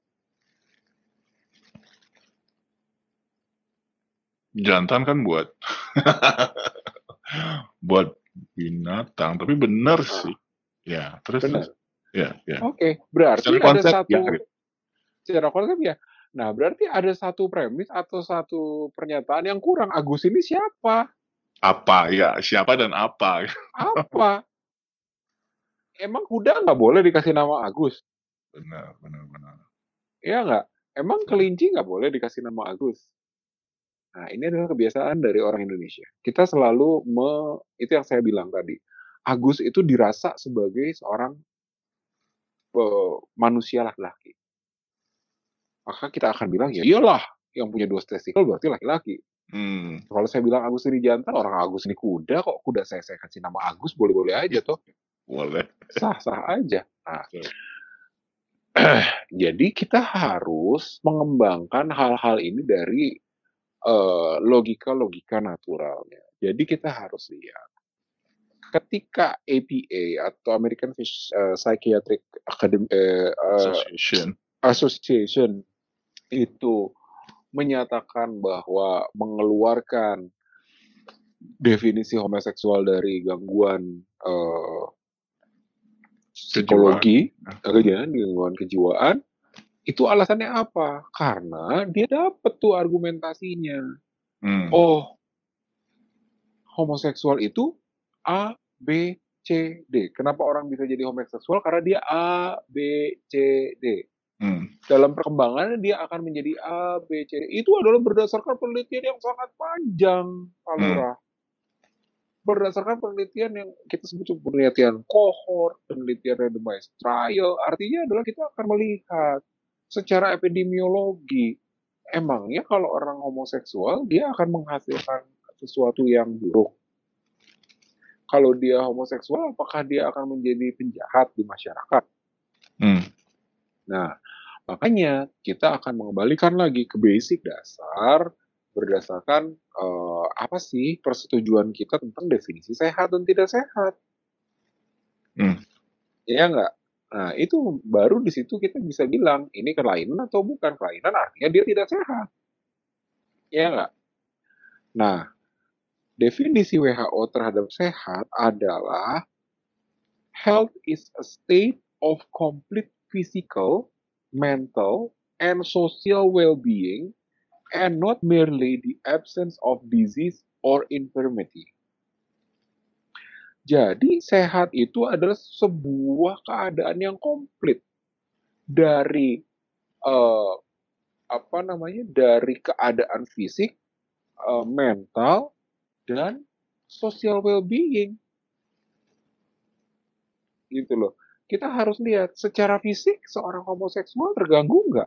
Jantan kan buat buat binatang, tapi benar sih. Ya, terus. Ya. Oke, berarti secara ada konsep, satu ya. Secara konsep ya. Nah, berarti ada satu premis atau satu pernyataan yang kurang. Agus ini siapa? Apa? Ya, siapa dan apa? Apa? Emang kuda nggak boleh dikasih nama Agus? Benar. Iya nggak? Emang kelinci nggak boleh dikasih nama Agus? Nah, ini adalah kebiasaan dari orang Indonesia. Kita selalu itu yang saya bilang tadi. Agus itu dirasa sebagai seorang manusia laki-laki. Maka kita akan bilang, ya iyalah, yang punya 2 testikel berarti laki-laki. Kalau saya bilang Agus ini jantan, orang Agus ini kuda, kok kuda saya kasih nama Agus, boleh-boleh aja toh. Boleh. Sah-sah aja. Nah, jadi kita harus mengembangkan hal-hal ini dari logika-logika naturalnya. Jadi kita harus lihat, ketika APA atau American Psychiatric Association itu menyatakan bahwa mengeluarkan definisi homoseksual dari gangguan psikologi, gangguan kejiwaan, itu alasannya apa? Karena dia dapat tuh argumentasinya. Oh, homoseksual itu A, B, C, D. Kenapa orang bisa jadi homoseksual? Karena dia A, B, C, D. Dalam perkembangannya dia akan menjadi A, B, C, D. Itu adalah berdasarkan penelitian yang sangat panjang, Pak Lurah. Berdasarkan penelitian yang kita sebut penelitian cohort, penelitian randomized trial. Artinya adalah kita akan melihat secara epidemiologi, emangnya kalau orang homoseksual dia akan menghasilkan sesuatu yang buruk. Kalau dia homoseksual, apakah dia akan menjadi penjahat di masyarakat? Nah, makanya kita akan mengembalikan lagi ke basic dasar berdasarkan apa sih persetujuan kita tentang definisi sehat dan tidak sehat. Ya nggak? Nah, itu baru di situ kita bisa bilang ini kelainan atau bukan kelainan, artinya dia tidak sehat. Ya nggak? Nah, definisi WHO terhadap sehat adalah health is a state of complete physical, mental, and social well-being, and not merely the absence of disease or infirmity. Jadi sehat itu adalah sebuah keadaan yang komplit dari dari keadaan fisik, mental, dan social well-being. Gitu loh. Kita harus lihat secara fisik seorang homoseksual terganggu nggak?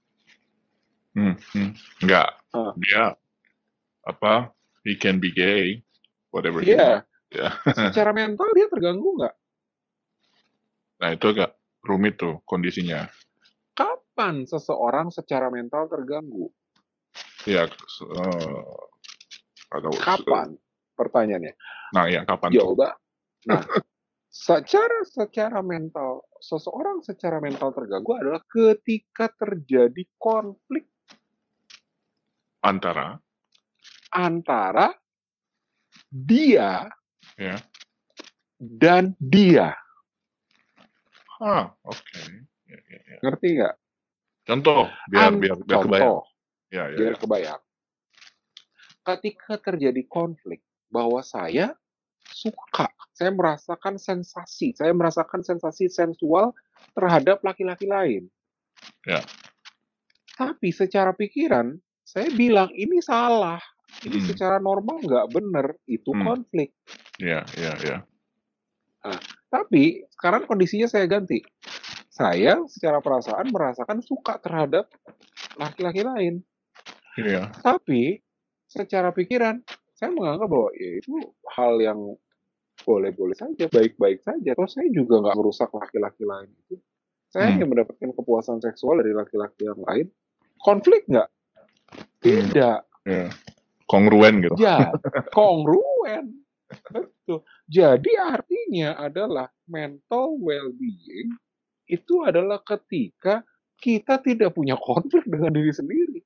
Nggak. Dia he can be gay, whatever he wants. Yeah. Secara mental dia terganggu nggak? Nah, itu agak rumit tuh kondisinya. Kapan seseorang secara mental terganggu? Ya, kapan? Pertanyaannya. Nah, ya kapan tuh? Nah, secara mental, seseorang secara mental terganggu adalah ketika terjadi konflik antara dia dan dia. Oke. Ngerti nggak? Contoh biar kebayang. Contoh, Ya. biar kebayang. Ketika terjadi konflik, bahwa saya suka, saya merasakan sensasi sensual terhadap laki-laki lain. Ya. Tapi secara pikiran, saya bilang ini salah. Ini secara normal nggak benar, itu konflik. Ya. Nah, tapi sekarang kondisinya saya ganti. Saya secara perasaan merasakan suka terhadap laki-laki lain. Iya. Tapi secara pikiran, saya menganggap bahwa ya itu hal yang boleh-boleh saja, baik-baik saja. Terus saya juga nggak merusak laki-laki lain itu. Saya hanya mendapatkan kepuasan seksual dari laki-laki yang lain. Konflik nggak? Tidak. Ya. Kongruen gitu. Ya, kongruen. Betul. Jadi artinya adalah mental well-being itu adalah ketika kita tidak punya konflik dengan diri sendiri.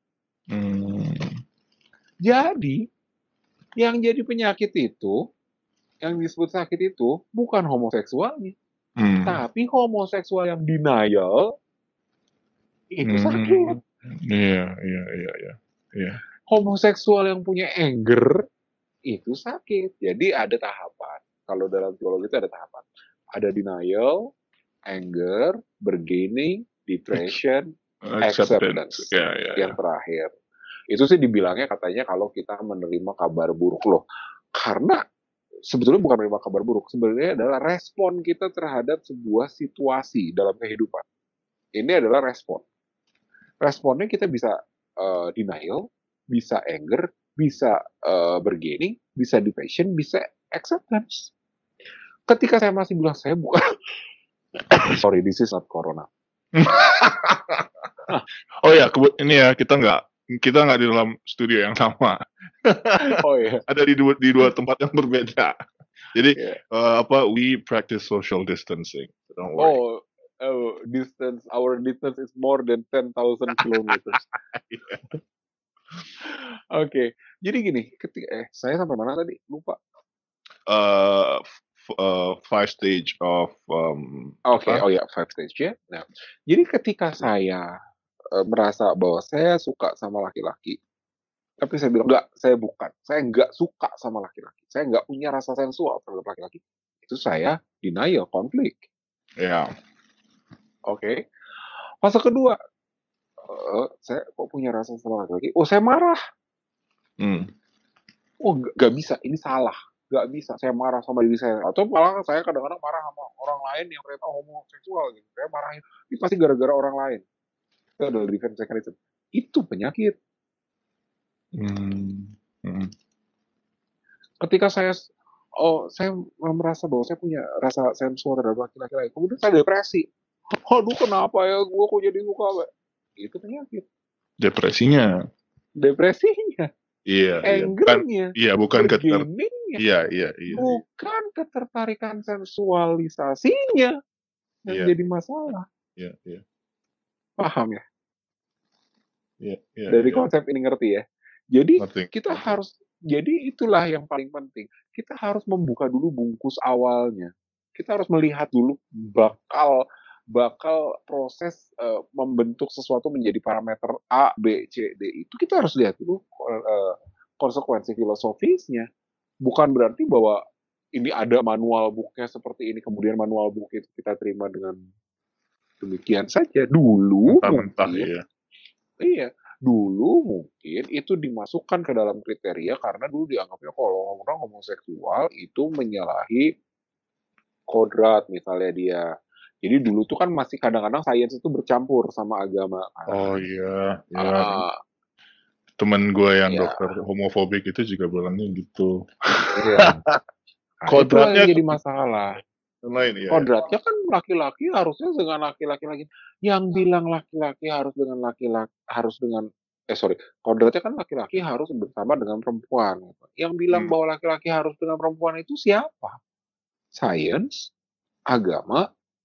Jadi, yang jadi penyakit itu, yang disebut sakit itu, bukan homoseksualnya. Tapi homoseksual yang denial, itu sakit. Iya. Homoseksual yang punya anger, itu sakit. Jadi ada tahapan. Kalau dalam psikologi itu ada tahapan. Ada denial, anger, bargaining, depression, acceptance. Yang terakhir. Itu sih dibilangnya katanya kalau kita menerima kabar buruk loh. Karena sebetulnya bukan menerima kabar buruk. Sebenarnya adalah respon kita terhadap sebuah situasi dalam kehidupan. Ini adalah respon. Responnya kita bisa denial, bisa anger, bisa bargaining, bisa depression, bisa acceptance. Ketika saya masih bilang saya bukan sorry, this is not corona. Oh ya, ini ya kita nggak di dalam studio yang sama. Oh iya. Ada di dua tempat yang berbeda. Jadi we practice social distancing. Don't worry. Our distance is more than 10,000 kilometers. Oke. Jadi gini, ketika saya sampai mana tadi? Lupa. 5 stage of 5 stage ya. Nah, jadi ketika saya merasa bahwa saya suka sama laki-laki, tapi saya bilang enggak, saya enggak suka sama laki-laki, saya enggak punya rasa sensual terhadap laki-laki, itu saya denial, konflik. Ya. Oke. Fase kedua, saya kok punya rasa sama laki-laki, saya marah. Nggak bisa, ini salah. Nggak bisa, saya marah sama diri saya. Atau malah saya kadang-kadang marah sama orang lain yang ternyata homoseksual gitu. Saya marahin, ini pasti gara-gara orang lain. Itu adalah defense mechanism. Itu penyakit. Ketika saya merasa bahwa saya punya rasa sensual terhadap laki-laki lain, kemudian saya depresi. Aduh, kenapa ya gue kok jadi suka? Itu penyakit. Depresinya. Iya. Angernya. Iya, bukan bargainingnya. Iya. Bukan ketertarikan sensualisasinya yang jadi masalah. Iya. Paham ya? Iya. Dari konsep ini ngerti ya? Jadi kita ngerti. harus, jadi itulah yang paling penting. Kita harus membuka dulu bungkus awalnya. Kita harus melihat dulu bakal proses membentuk sesuatu menjadi parameter A, B, C, D. Itu kita harus lihat dulu konsekuensi filosofisnya. Bukan berarti bahwa ini ada manual booknya seperti ini, kemudian manual book itu kita terima dengan demikian saja. Dulu mungkin, dulu mungkin itu dimasukkan ke dalam kriteria karena dulu dianggapnya kalau orang homoseksual itu menyalahi kodrat misalnya dia. Jadi dulu tuh kan masih kadang-kadang sains itu bercampur sama agama. Oh iya. Temen gue yang dokter homofobik itu juga bilangnya gitu. Iya. Kodratnya jadi masalah. Kodratnya kan laki-laki harusnya dengan laki-laki lagi. Yang bilang laki-laki harus dengan kodratnya kan laki-laki harus bersama dengan perempuan. Yang bilang bahwa laki-laki harus dengan perempuan itu siapa? Sains, agama,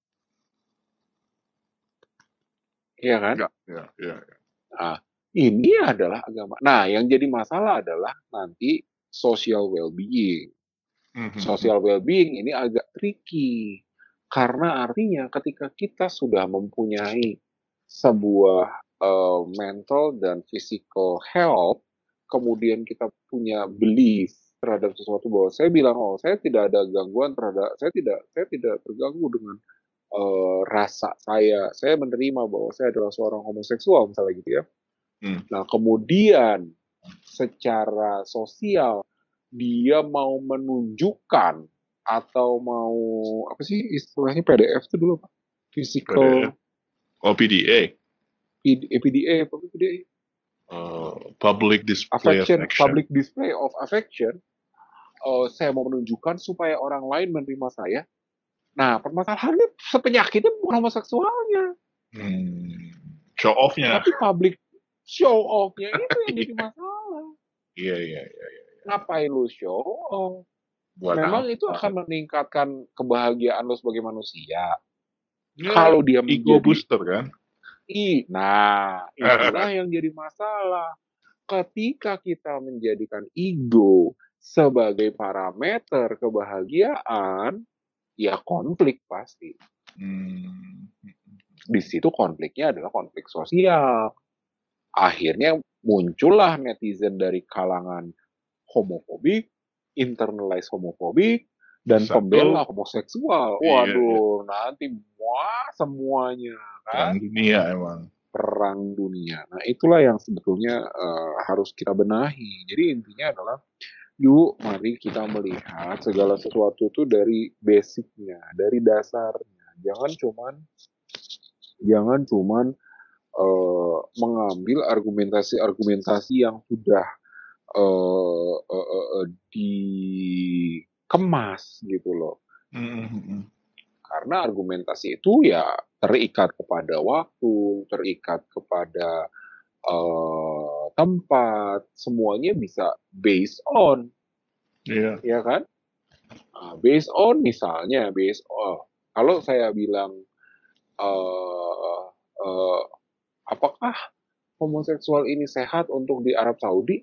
iya kan? Iya. Nah, ini adalah agama. Nah, yang jadi masalah adalah nanti social well-being. Social well-being ini agak tricky. Karena artinya ketika kita sudah mempunyai sebuah mental dan physical health, kemudian kita punya belief terhadap sesuatu bahwa saya bilang, oh saya tidak ada gangguan terhadap, saya tidak terganggu dengan rasa saya menerima bahwa saya adalah seorang homoseksual misalnya gitu ya. Nah kemudian secara sosial dia mau menunjukkan atau mau apa sih istilahnya PDF itu dulu Pak? Physical PDA. PDA Public display affection. Public display of affection. Saya mau menunjukkan supaya orang lain menerima saya. Nah, permasalahannya sepenyakitnya bukan homoseksualnya. Show off-nya. Tapi public show off-nya itu yang jadi masalah. Iya. Ngapain lu show off? Memang itu akan meningkatkan kebahagiaan lo sebagai manusia. Kalau dia ego booster kan? Nah, itulah yang jadi masalah. Ketika kita menjadikan ego sebagai parameter kebahagiaan, ya konflik pasti. Di situ konfliknya adalah konflik sosial. Akhirnya muncullah netizen dari kalangan homofobik, internalized homofobik, dan pembela homoseksual. Waduh, nanti semuanya kan. Perang dunia emang. Perang dunia. Nah itulah yang sebetulnya harus kita benahi. Jadi intinya adalah, yuk mari kita melihat segala sesuatu itu dari basicnya, dari dasarnya. Jangan cuman mengambil argumentasi yang sudah dikemas gitu loh. Karena argumentasi itu ya terikat kepada waktu, terikat kepada tempat, semuanya bisa based on, ya kan? Based on misalnya, kalau saya bilang apakah homoseksual ini sehat untuk di Arab Saudi?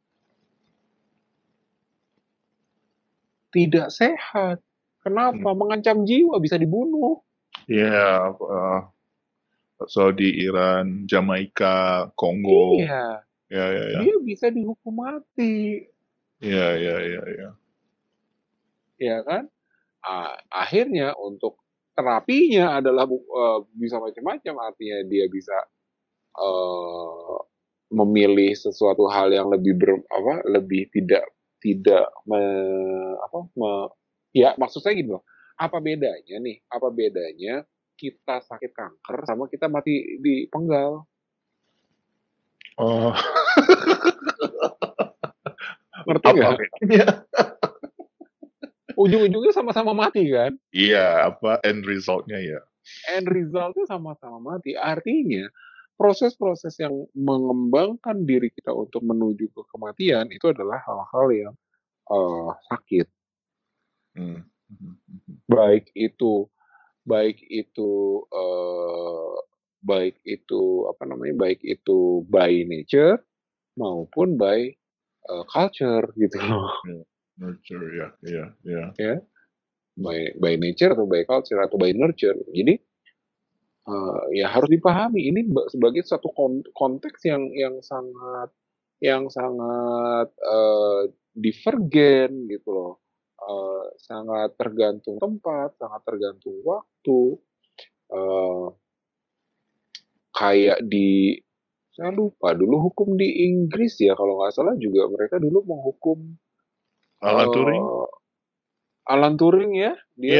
Tidak sehat. Kenapa? Mengancam jiwa, bisa dibunuh. Iya, Saudi, Iran, Jamaika, Kongo. Iya. Ya. Dia bisa dihukum mati. Iya. Ya kan? Akhirnya untuk terapinya adalah bisa macam-macam. Artinya dia bisa memilih sesuatu hal yang lebih lebih tidak ya maksud saya gini loh, apa bedanya kita sakit kanker sama kita mati di penggal? Ngerti nggak? Ujung-ujungnya sama-sama mati kan? Iya, end result-nya ya? End result-nya sama-sama mati. Artinya proses-proses yang mengembangkan diri kita untuk menuju ke kematian itu adalah hal-hal yang sakit. Baik itu by nature maupun by culture gitu loh. Nurture, ya. Ya, by nature atau by culture atau by nurture. Jadi ya harus dipahami ini sebagai satu konteks yang sangat divergen gitu loh. Sangat tergantung tempat, sangat tergantung waktu. Kayak saya lupa dulu hukum di Inggris ya, kalau nggak salah juga mereka dulu menghukum Alan Turing ya.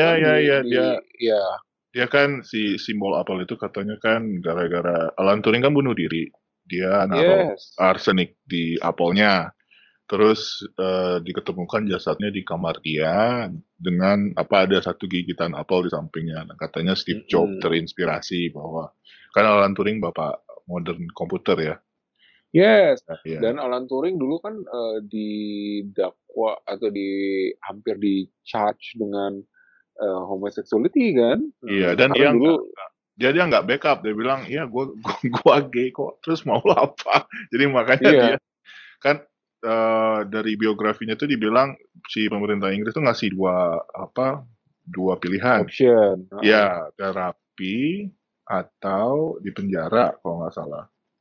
Dia kan si simbol apel itu katanya kan gara-gara Alan Turing kan bunuh diri. Dia naruh arsenik di apelnya. Terus diketemukan jasadnya di kamar dia dengan ada satu gigitan apel di sampingnya. Nah, katanya Steve Jobs terinspirasi bahwa kan Alan Turing bapak modern komputer ya. Yes. Dan Alan Turing dulu kan didakwa atau hampir di charge dengan homosexuality kan. Iya, dan dia nggak backup. Dia bilang, ya gue gay kok. Terus mau apa? Jadi makanya dia kan dari biografinya tuh dibilang si pemerintah Inggris tuh ngasih dua pilihan. Option. Ya, terapi atau di penjara kalau nggak salah.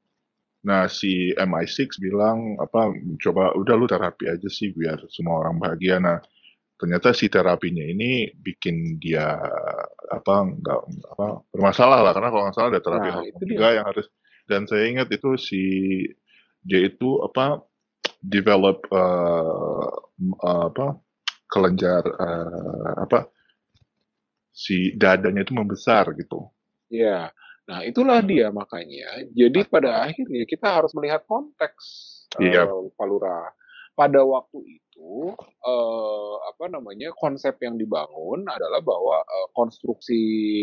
Nah, si MI6 bilang coba udah lu terapi aja sih biar semua orang bahagia. Nah, ternyata si terapinya ini bikin dia nggak bermasalah lah, karena kalau nggak salah ada terapi Nah, hormon itu dia. juga yang harus. Dan saya ingat itu dia itu develop kelenjar si dadanya itu membesar gitu. Ya. Nah, itulah dia makanya. Jadi pada akhirnya kita harus melihat konteks, Iya, Pak Lurah. Pada waktu itu, konsep yang dibangun adalah bahwa konstruksi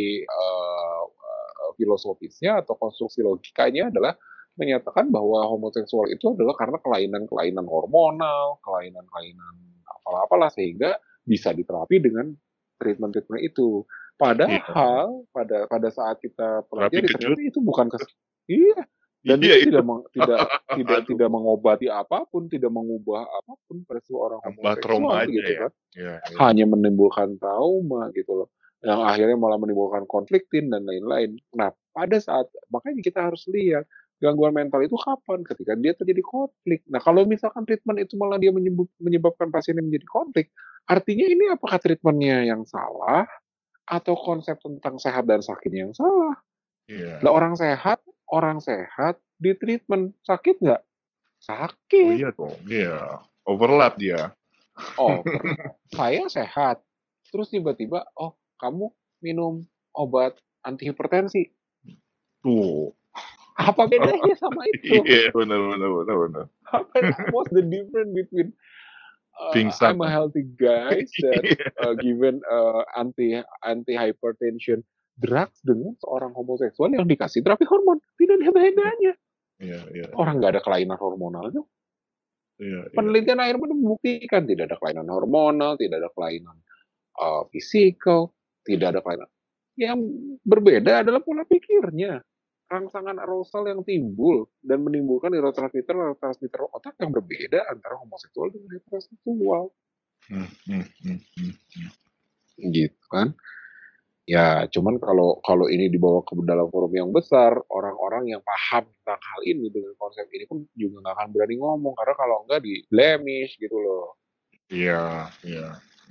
filosofisnya atau konstruksi logikanya adalah menyatakan bahwa homoseksual itu adalah karena kelainan-kelainan hormonal, kelainan-kelainan apalah sehingga bisa diterapi dengan treatment-treatment itu. iya. Padahal pada saat kita Terapi pelajari kejut. ternyata itu bukan iya, dan Iya itu itu. tidak Aduh, mengobati apapun, tidak mengubah apapun pada seorang tambah trauma homoseksual aja gitu ya. kan. Iya, iya. Hanya menimbulkan trauma gitu loh. Yang akhirnya malah menimbulkan konfliktin dan lain-lain. Nah, pada saat makanya kita harus lihat gangguan mental itu kapan? Ketika dia terjadi konflik. Nah, kalau misalkan treatment itu malah dia menyebabkan pasiennya menjadi konflik, artinya ini apakah treatmentnya yang salah atau konsep tentang sehat dan sakitnya yang salah? Lah Iya. orang sehat di treatment sakit nggak? Oh Sakit. iya dong. Iya. Overlap dia. Overlap. Saya sehat. Terus tiba-tiba, oh kamu minum obat antihipertensi. Tuh. Apa bedanya sama itu? Iya, benar benar benar benar. What's the difference between Pingsan. I'm a healthy guy that Iya, given anti hypertension drugs dengan seorang homoseksual yang dikasih terapi hormon? Tidak ada bedanya. iya, iya, iya, Orang nggak ada kelainan hormonalnya. iya, iya. Penelitian akhirnya membuktikan tidak ada kelainan hormonal, tidak ada kelainan fisikal, tidak ada kelainan. Yang berbeda adalah pola pikirnya. Rangsangan arousal yang timbul dan menimbulkan neurotransmitter otak yang berbeda antara homoseksual dengan heteroseksual. Hmm, hmm, hmm. Gitu kan. Ya, cuman kalau ini dibawa ke dalam forum yang besar, orang-orang yang paham tentang hal ini dengan konsep ini pun juga nggak akan berani ngomong karena kalau enggak di blemish gitu loh, Iya, iya.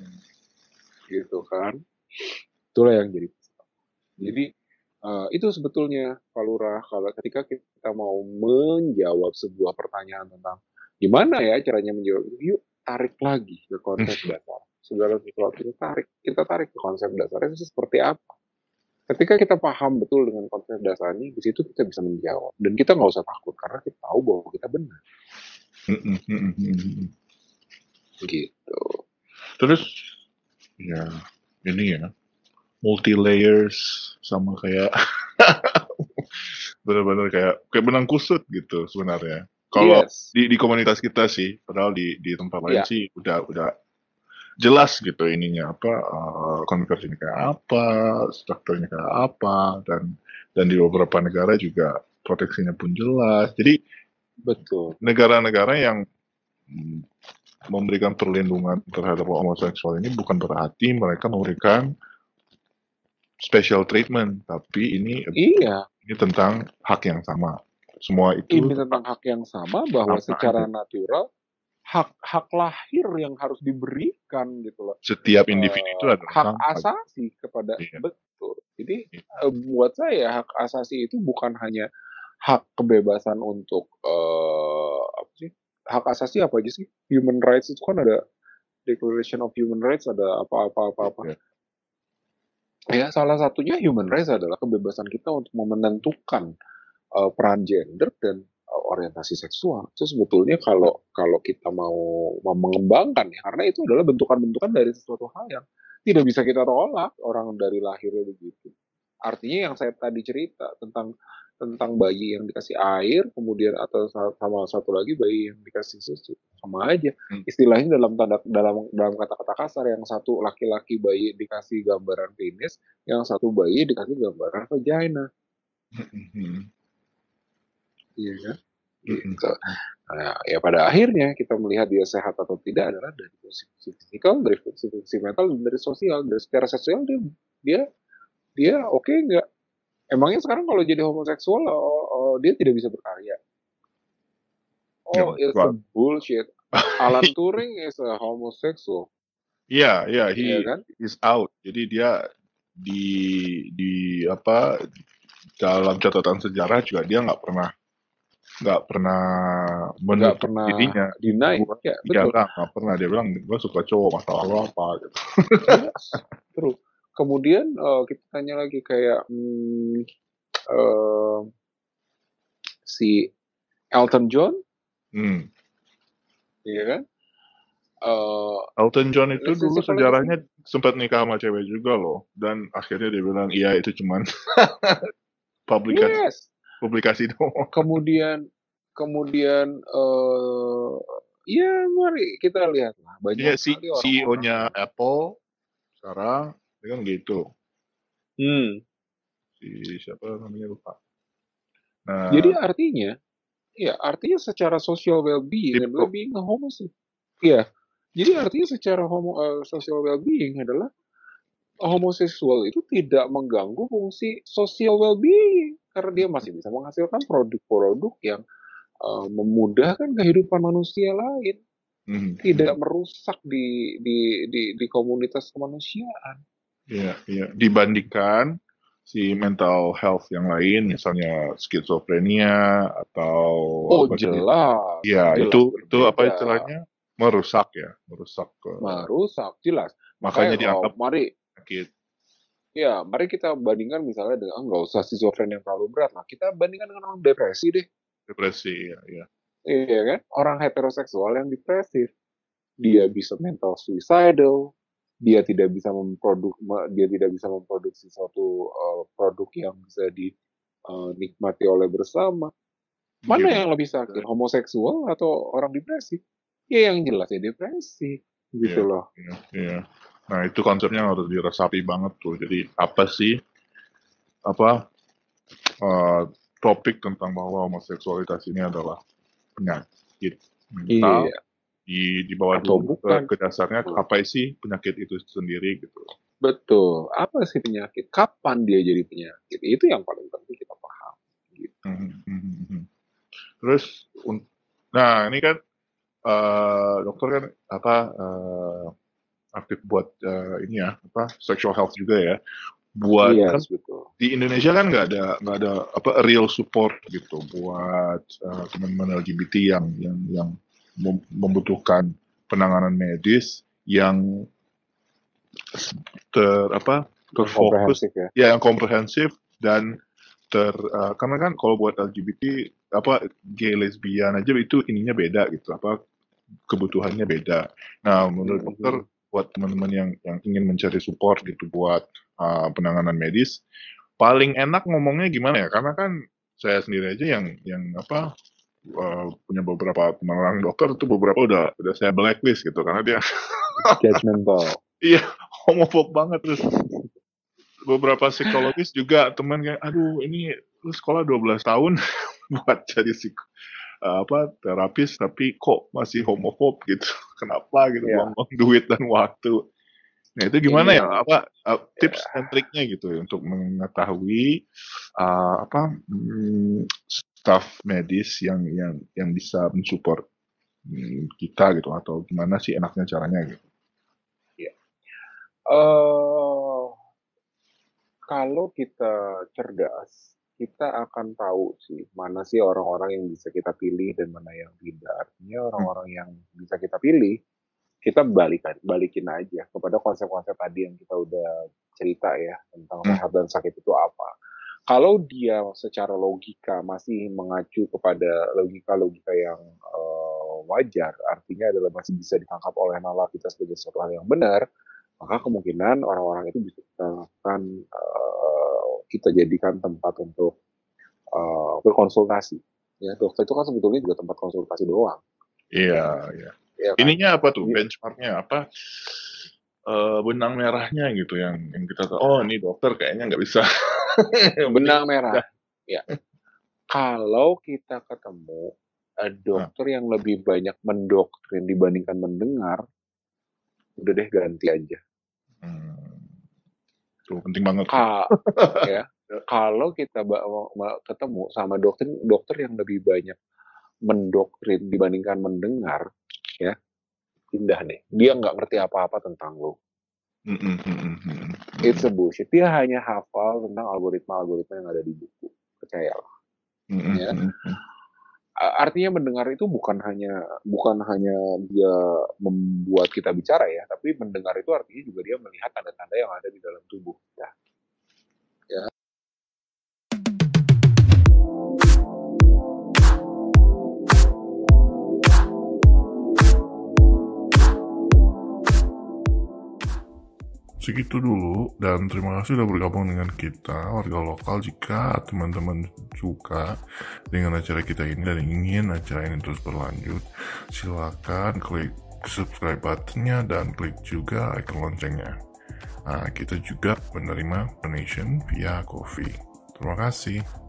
gitu kan. Itulah yang jadi itu sebetulnya Pak Lurah kalau ketika kita mau menjawab sebuah pertanyaan tentang gimana ya caranya menjawab, yuk tarik lagi ke konsep dasar. Segala sesuatu kita tarik ke konsep dasarnya itu seperti apa. Ketika kita paham betul dengan konsep dasarnya, di situ kita bisa menjawab. Dan kita nggak usah takut, karena kita tahu bahwa kita benar. Gitu. Terus, ya, ini ya, multi layers sama kayak benar-benar kayak benang kusut gitu sebenarnya. Kalau Yes. di komunitas kita sih, padahal di tempat lain Iya. sih udah jelas gitu ininya konversinya kayak apa, strukturnya kayak apa, dan di beberapa negara juga proteksinya pun jelas. Jadi Betul. negara-negara yang memberikan perlindungan terhadap homoseksual ini bukan berarti mereka memberikan special treatment, tapi ini tentang hak yang sama. Semua itu ini tentang hak yang sama bahwa secara natural hak lahir yang harus diberikan gitu loh. Setiap individu itu adalah hak sama. asasi kepada Iya. betul. Jadi buat saya hak asasi itu bukan hanya hak kebebasan untuk apa sih? Hak asasi apa aja sih? Human rights itu kan ada Declaration of Human Rights, ada apa. Ya, salah satunya human rights adalah kebebasan kita untuk menentukan peran gender dan orientasi seksual. Itu sebetulnya kalau kita mau mengembangkan ya, karena itu adalah bentukan-bentukan dari sesuatu hal yang tidak bisa kita tolak orang dari lahirnya begitu. Artinya yang saya tadi cerita tentang bayi yang dikasih air, kemudian atau sama satu lagi bayi yang dikasih susu, sama aja. Istilahnya dalam kata-kata kasar, yang satu laki-laki bayi dikasih gambaran penis, yang satu bayi dikasih gambaran vagina. Iya kan? Gitu. Nah, ya pada akhirnya kita melihat dia sehat atau tidak adalah dari fungsi fisikal, dari fungsi mental, dan dari sosial. Dari secara sosial dia oke nggak? Emangnya sekarang kalau jadi homoseksual dia tidak bisa berkarya? Oh, it's a bullshit. Alan Turing is a homosexual. Iya, Iya kan? is out. Jadi dia di apa dalam catatan sejarah juga dia nggak pernah menutup dirinya. deny. Ya, betul. Nggak pernah. Dia bilang gue suka cowok, masalah lo apa gitu. Yes, terus kemudian kita tanya lagi kayak si Elton John, iya kan? Elton John itu dulu sejarahnya sempat nikah sama cewek juga loh, dan akhirnya dia bilang iya itu cuman publikasi doang. Kemudian ya mari kita lihat lah banyak CEO-nya Apple sekarang kan gitu. Siapa namanya lupa. Nah, jadi artinya secara social well-being adalah being a homosexual. Iya. Jadi artinya secara social well-being adalah homoseksual itu tidak mengganggu fungsi social well-being karena dia masih bisa menghasilkan produk-produk yang memudahkan kehidupan manusia lain, tidak merusak di komunitas kemanusiaan. Iya. Dibandingkan si mental health yang lain, misalnya skizofrenia atau jelas. Ya, itu apa istilahnya? Merusak, jelas. Makanya dianggap sakit. Ya, mari kita bandingkan misalnya dengan nggak usah skizofrenia yang terlalu berat lah. Kita bandingkan dengan orang depresi deh. Depresi, ya. Iya kan? Orang heteroseksual yang depresif, dia bisa mental suicidal, dia tidak bisa memproduksi suatu produk yang bisa dinikmati oleh bersama. Mana yang lebih sakit, homoseksual atau orang depresi? Ya yang jelas ya depresi, gitu loh. Iya. Nah itu konsepnya harus diresapi banget tuh. Jadi apa sih topik tentang bahwa homoseksualitas ini adalah penyakit mental. Dibawa dulu ke dasarnya apa sih penyakit itu sendiri gitu. Betul. Apa sih penyakit? Kapan dia jadi penyakit? Itu yang paling penting kita paham. Gitu. Terus, nah ini kan dokter kan aktif buat ini ya sexual health juga ya. Buat kan betul. Di Indonesia kan nggak ada real support gitu buat teman-teman LGBT yang membutuhkan penanganan medis yang terfokus yang komprehensif dan karena kan kalau buat LGBT gay lesbian aja itu ininya beda gitu kebutuhannya beda. Nah menurut dokter buat teman-teman yang ingin mencari support gitu buat penanganan medis paling enak ngomongnya gimana ya, karena kan saya sendiri aja yang punya beberapa teman orang dokter itu beberapa udah saya blacklist gitu karena dia judgmental. Iya, homofób banget. Terus beberapa psikologis juga teman kayak aduh ini lu sekolah 12 tahun buat jadi terapis tapi kok masih homofób gitu. Kenapa gitu buang-buang duit dan waktu. Nah itu gimana ya tips dan triknya gitu untuk mengetahui staff medis yang bisa mensupport kita gitu atau gimana sih enaknya caranya gitu. Kalau kita cerdas, kita akan tahu sih mana sih orang-orang yang bisa kita pilih dan mana yang tidak. Artinya orang-orang yang bisa kita pilih, kita balikin aja kepada konsep-konsep tadi yang kita udah cerita ya tentang sehat dan sakit itu apa. Kalau dia secara logika masih mengacu kepada logika-logika yang wajar, artinya adalah masih bisa ditangkap oleh nalar kita sebagai sesuatu hal yang benar, maka kemungkinan orang-orang itu bisa kita jadikan tempat untuk berkonsultasi. Ya, dokter itu kan sebetulnya juga tempat konsultasi doang. Iya. Ya, kan? Ininya apa tuh benchmarknya apa? Benang merahnya gitu yang kita tahu. Oh ini dokter kayaknya nggak bisa. Benang merah. Ya. Kalau kita ketemu dokter yang lebih banyak mendoktrin dibandingkan mendengar, udah deh ganti aja. Itu penting banget. Ya. Kalau kita ketemu sama dokter yang lebih banyak mendoktrin dibandingkan mendengar, ya indah nih. Dia nggak ngerti apa-apa tentang lo. It's a bullshit. Dia hanya hafal tentang algoritma yang ada di buku. Percayalah. Ya. Artinya mendengar itu bukan hanya dia membuat kita bicara ya, tapi mendengar itu artinya juga dia melihat tanda-tanda yang ada di dalam tubuh kita. Ya. Segitu dulu, dan terima kasih sudah bergabung dengan kita, warga lokal. Jika teman-teman suka dengan acara kita ini dan ingin acara ini terus berlanjut, silakan klik subscribe buttonnya dan klik juga icon loncengnya. Nah, kita juga menerima donation via Ko-fi. Terima kasih.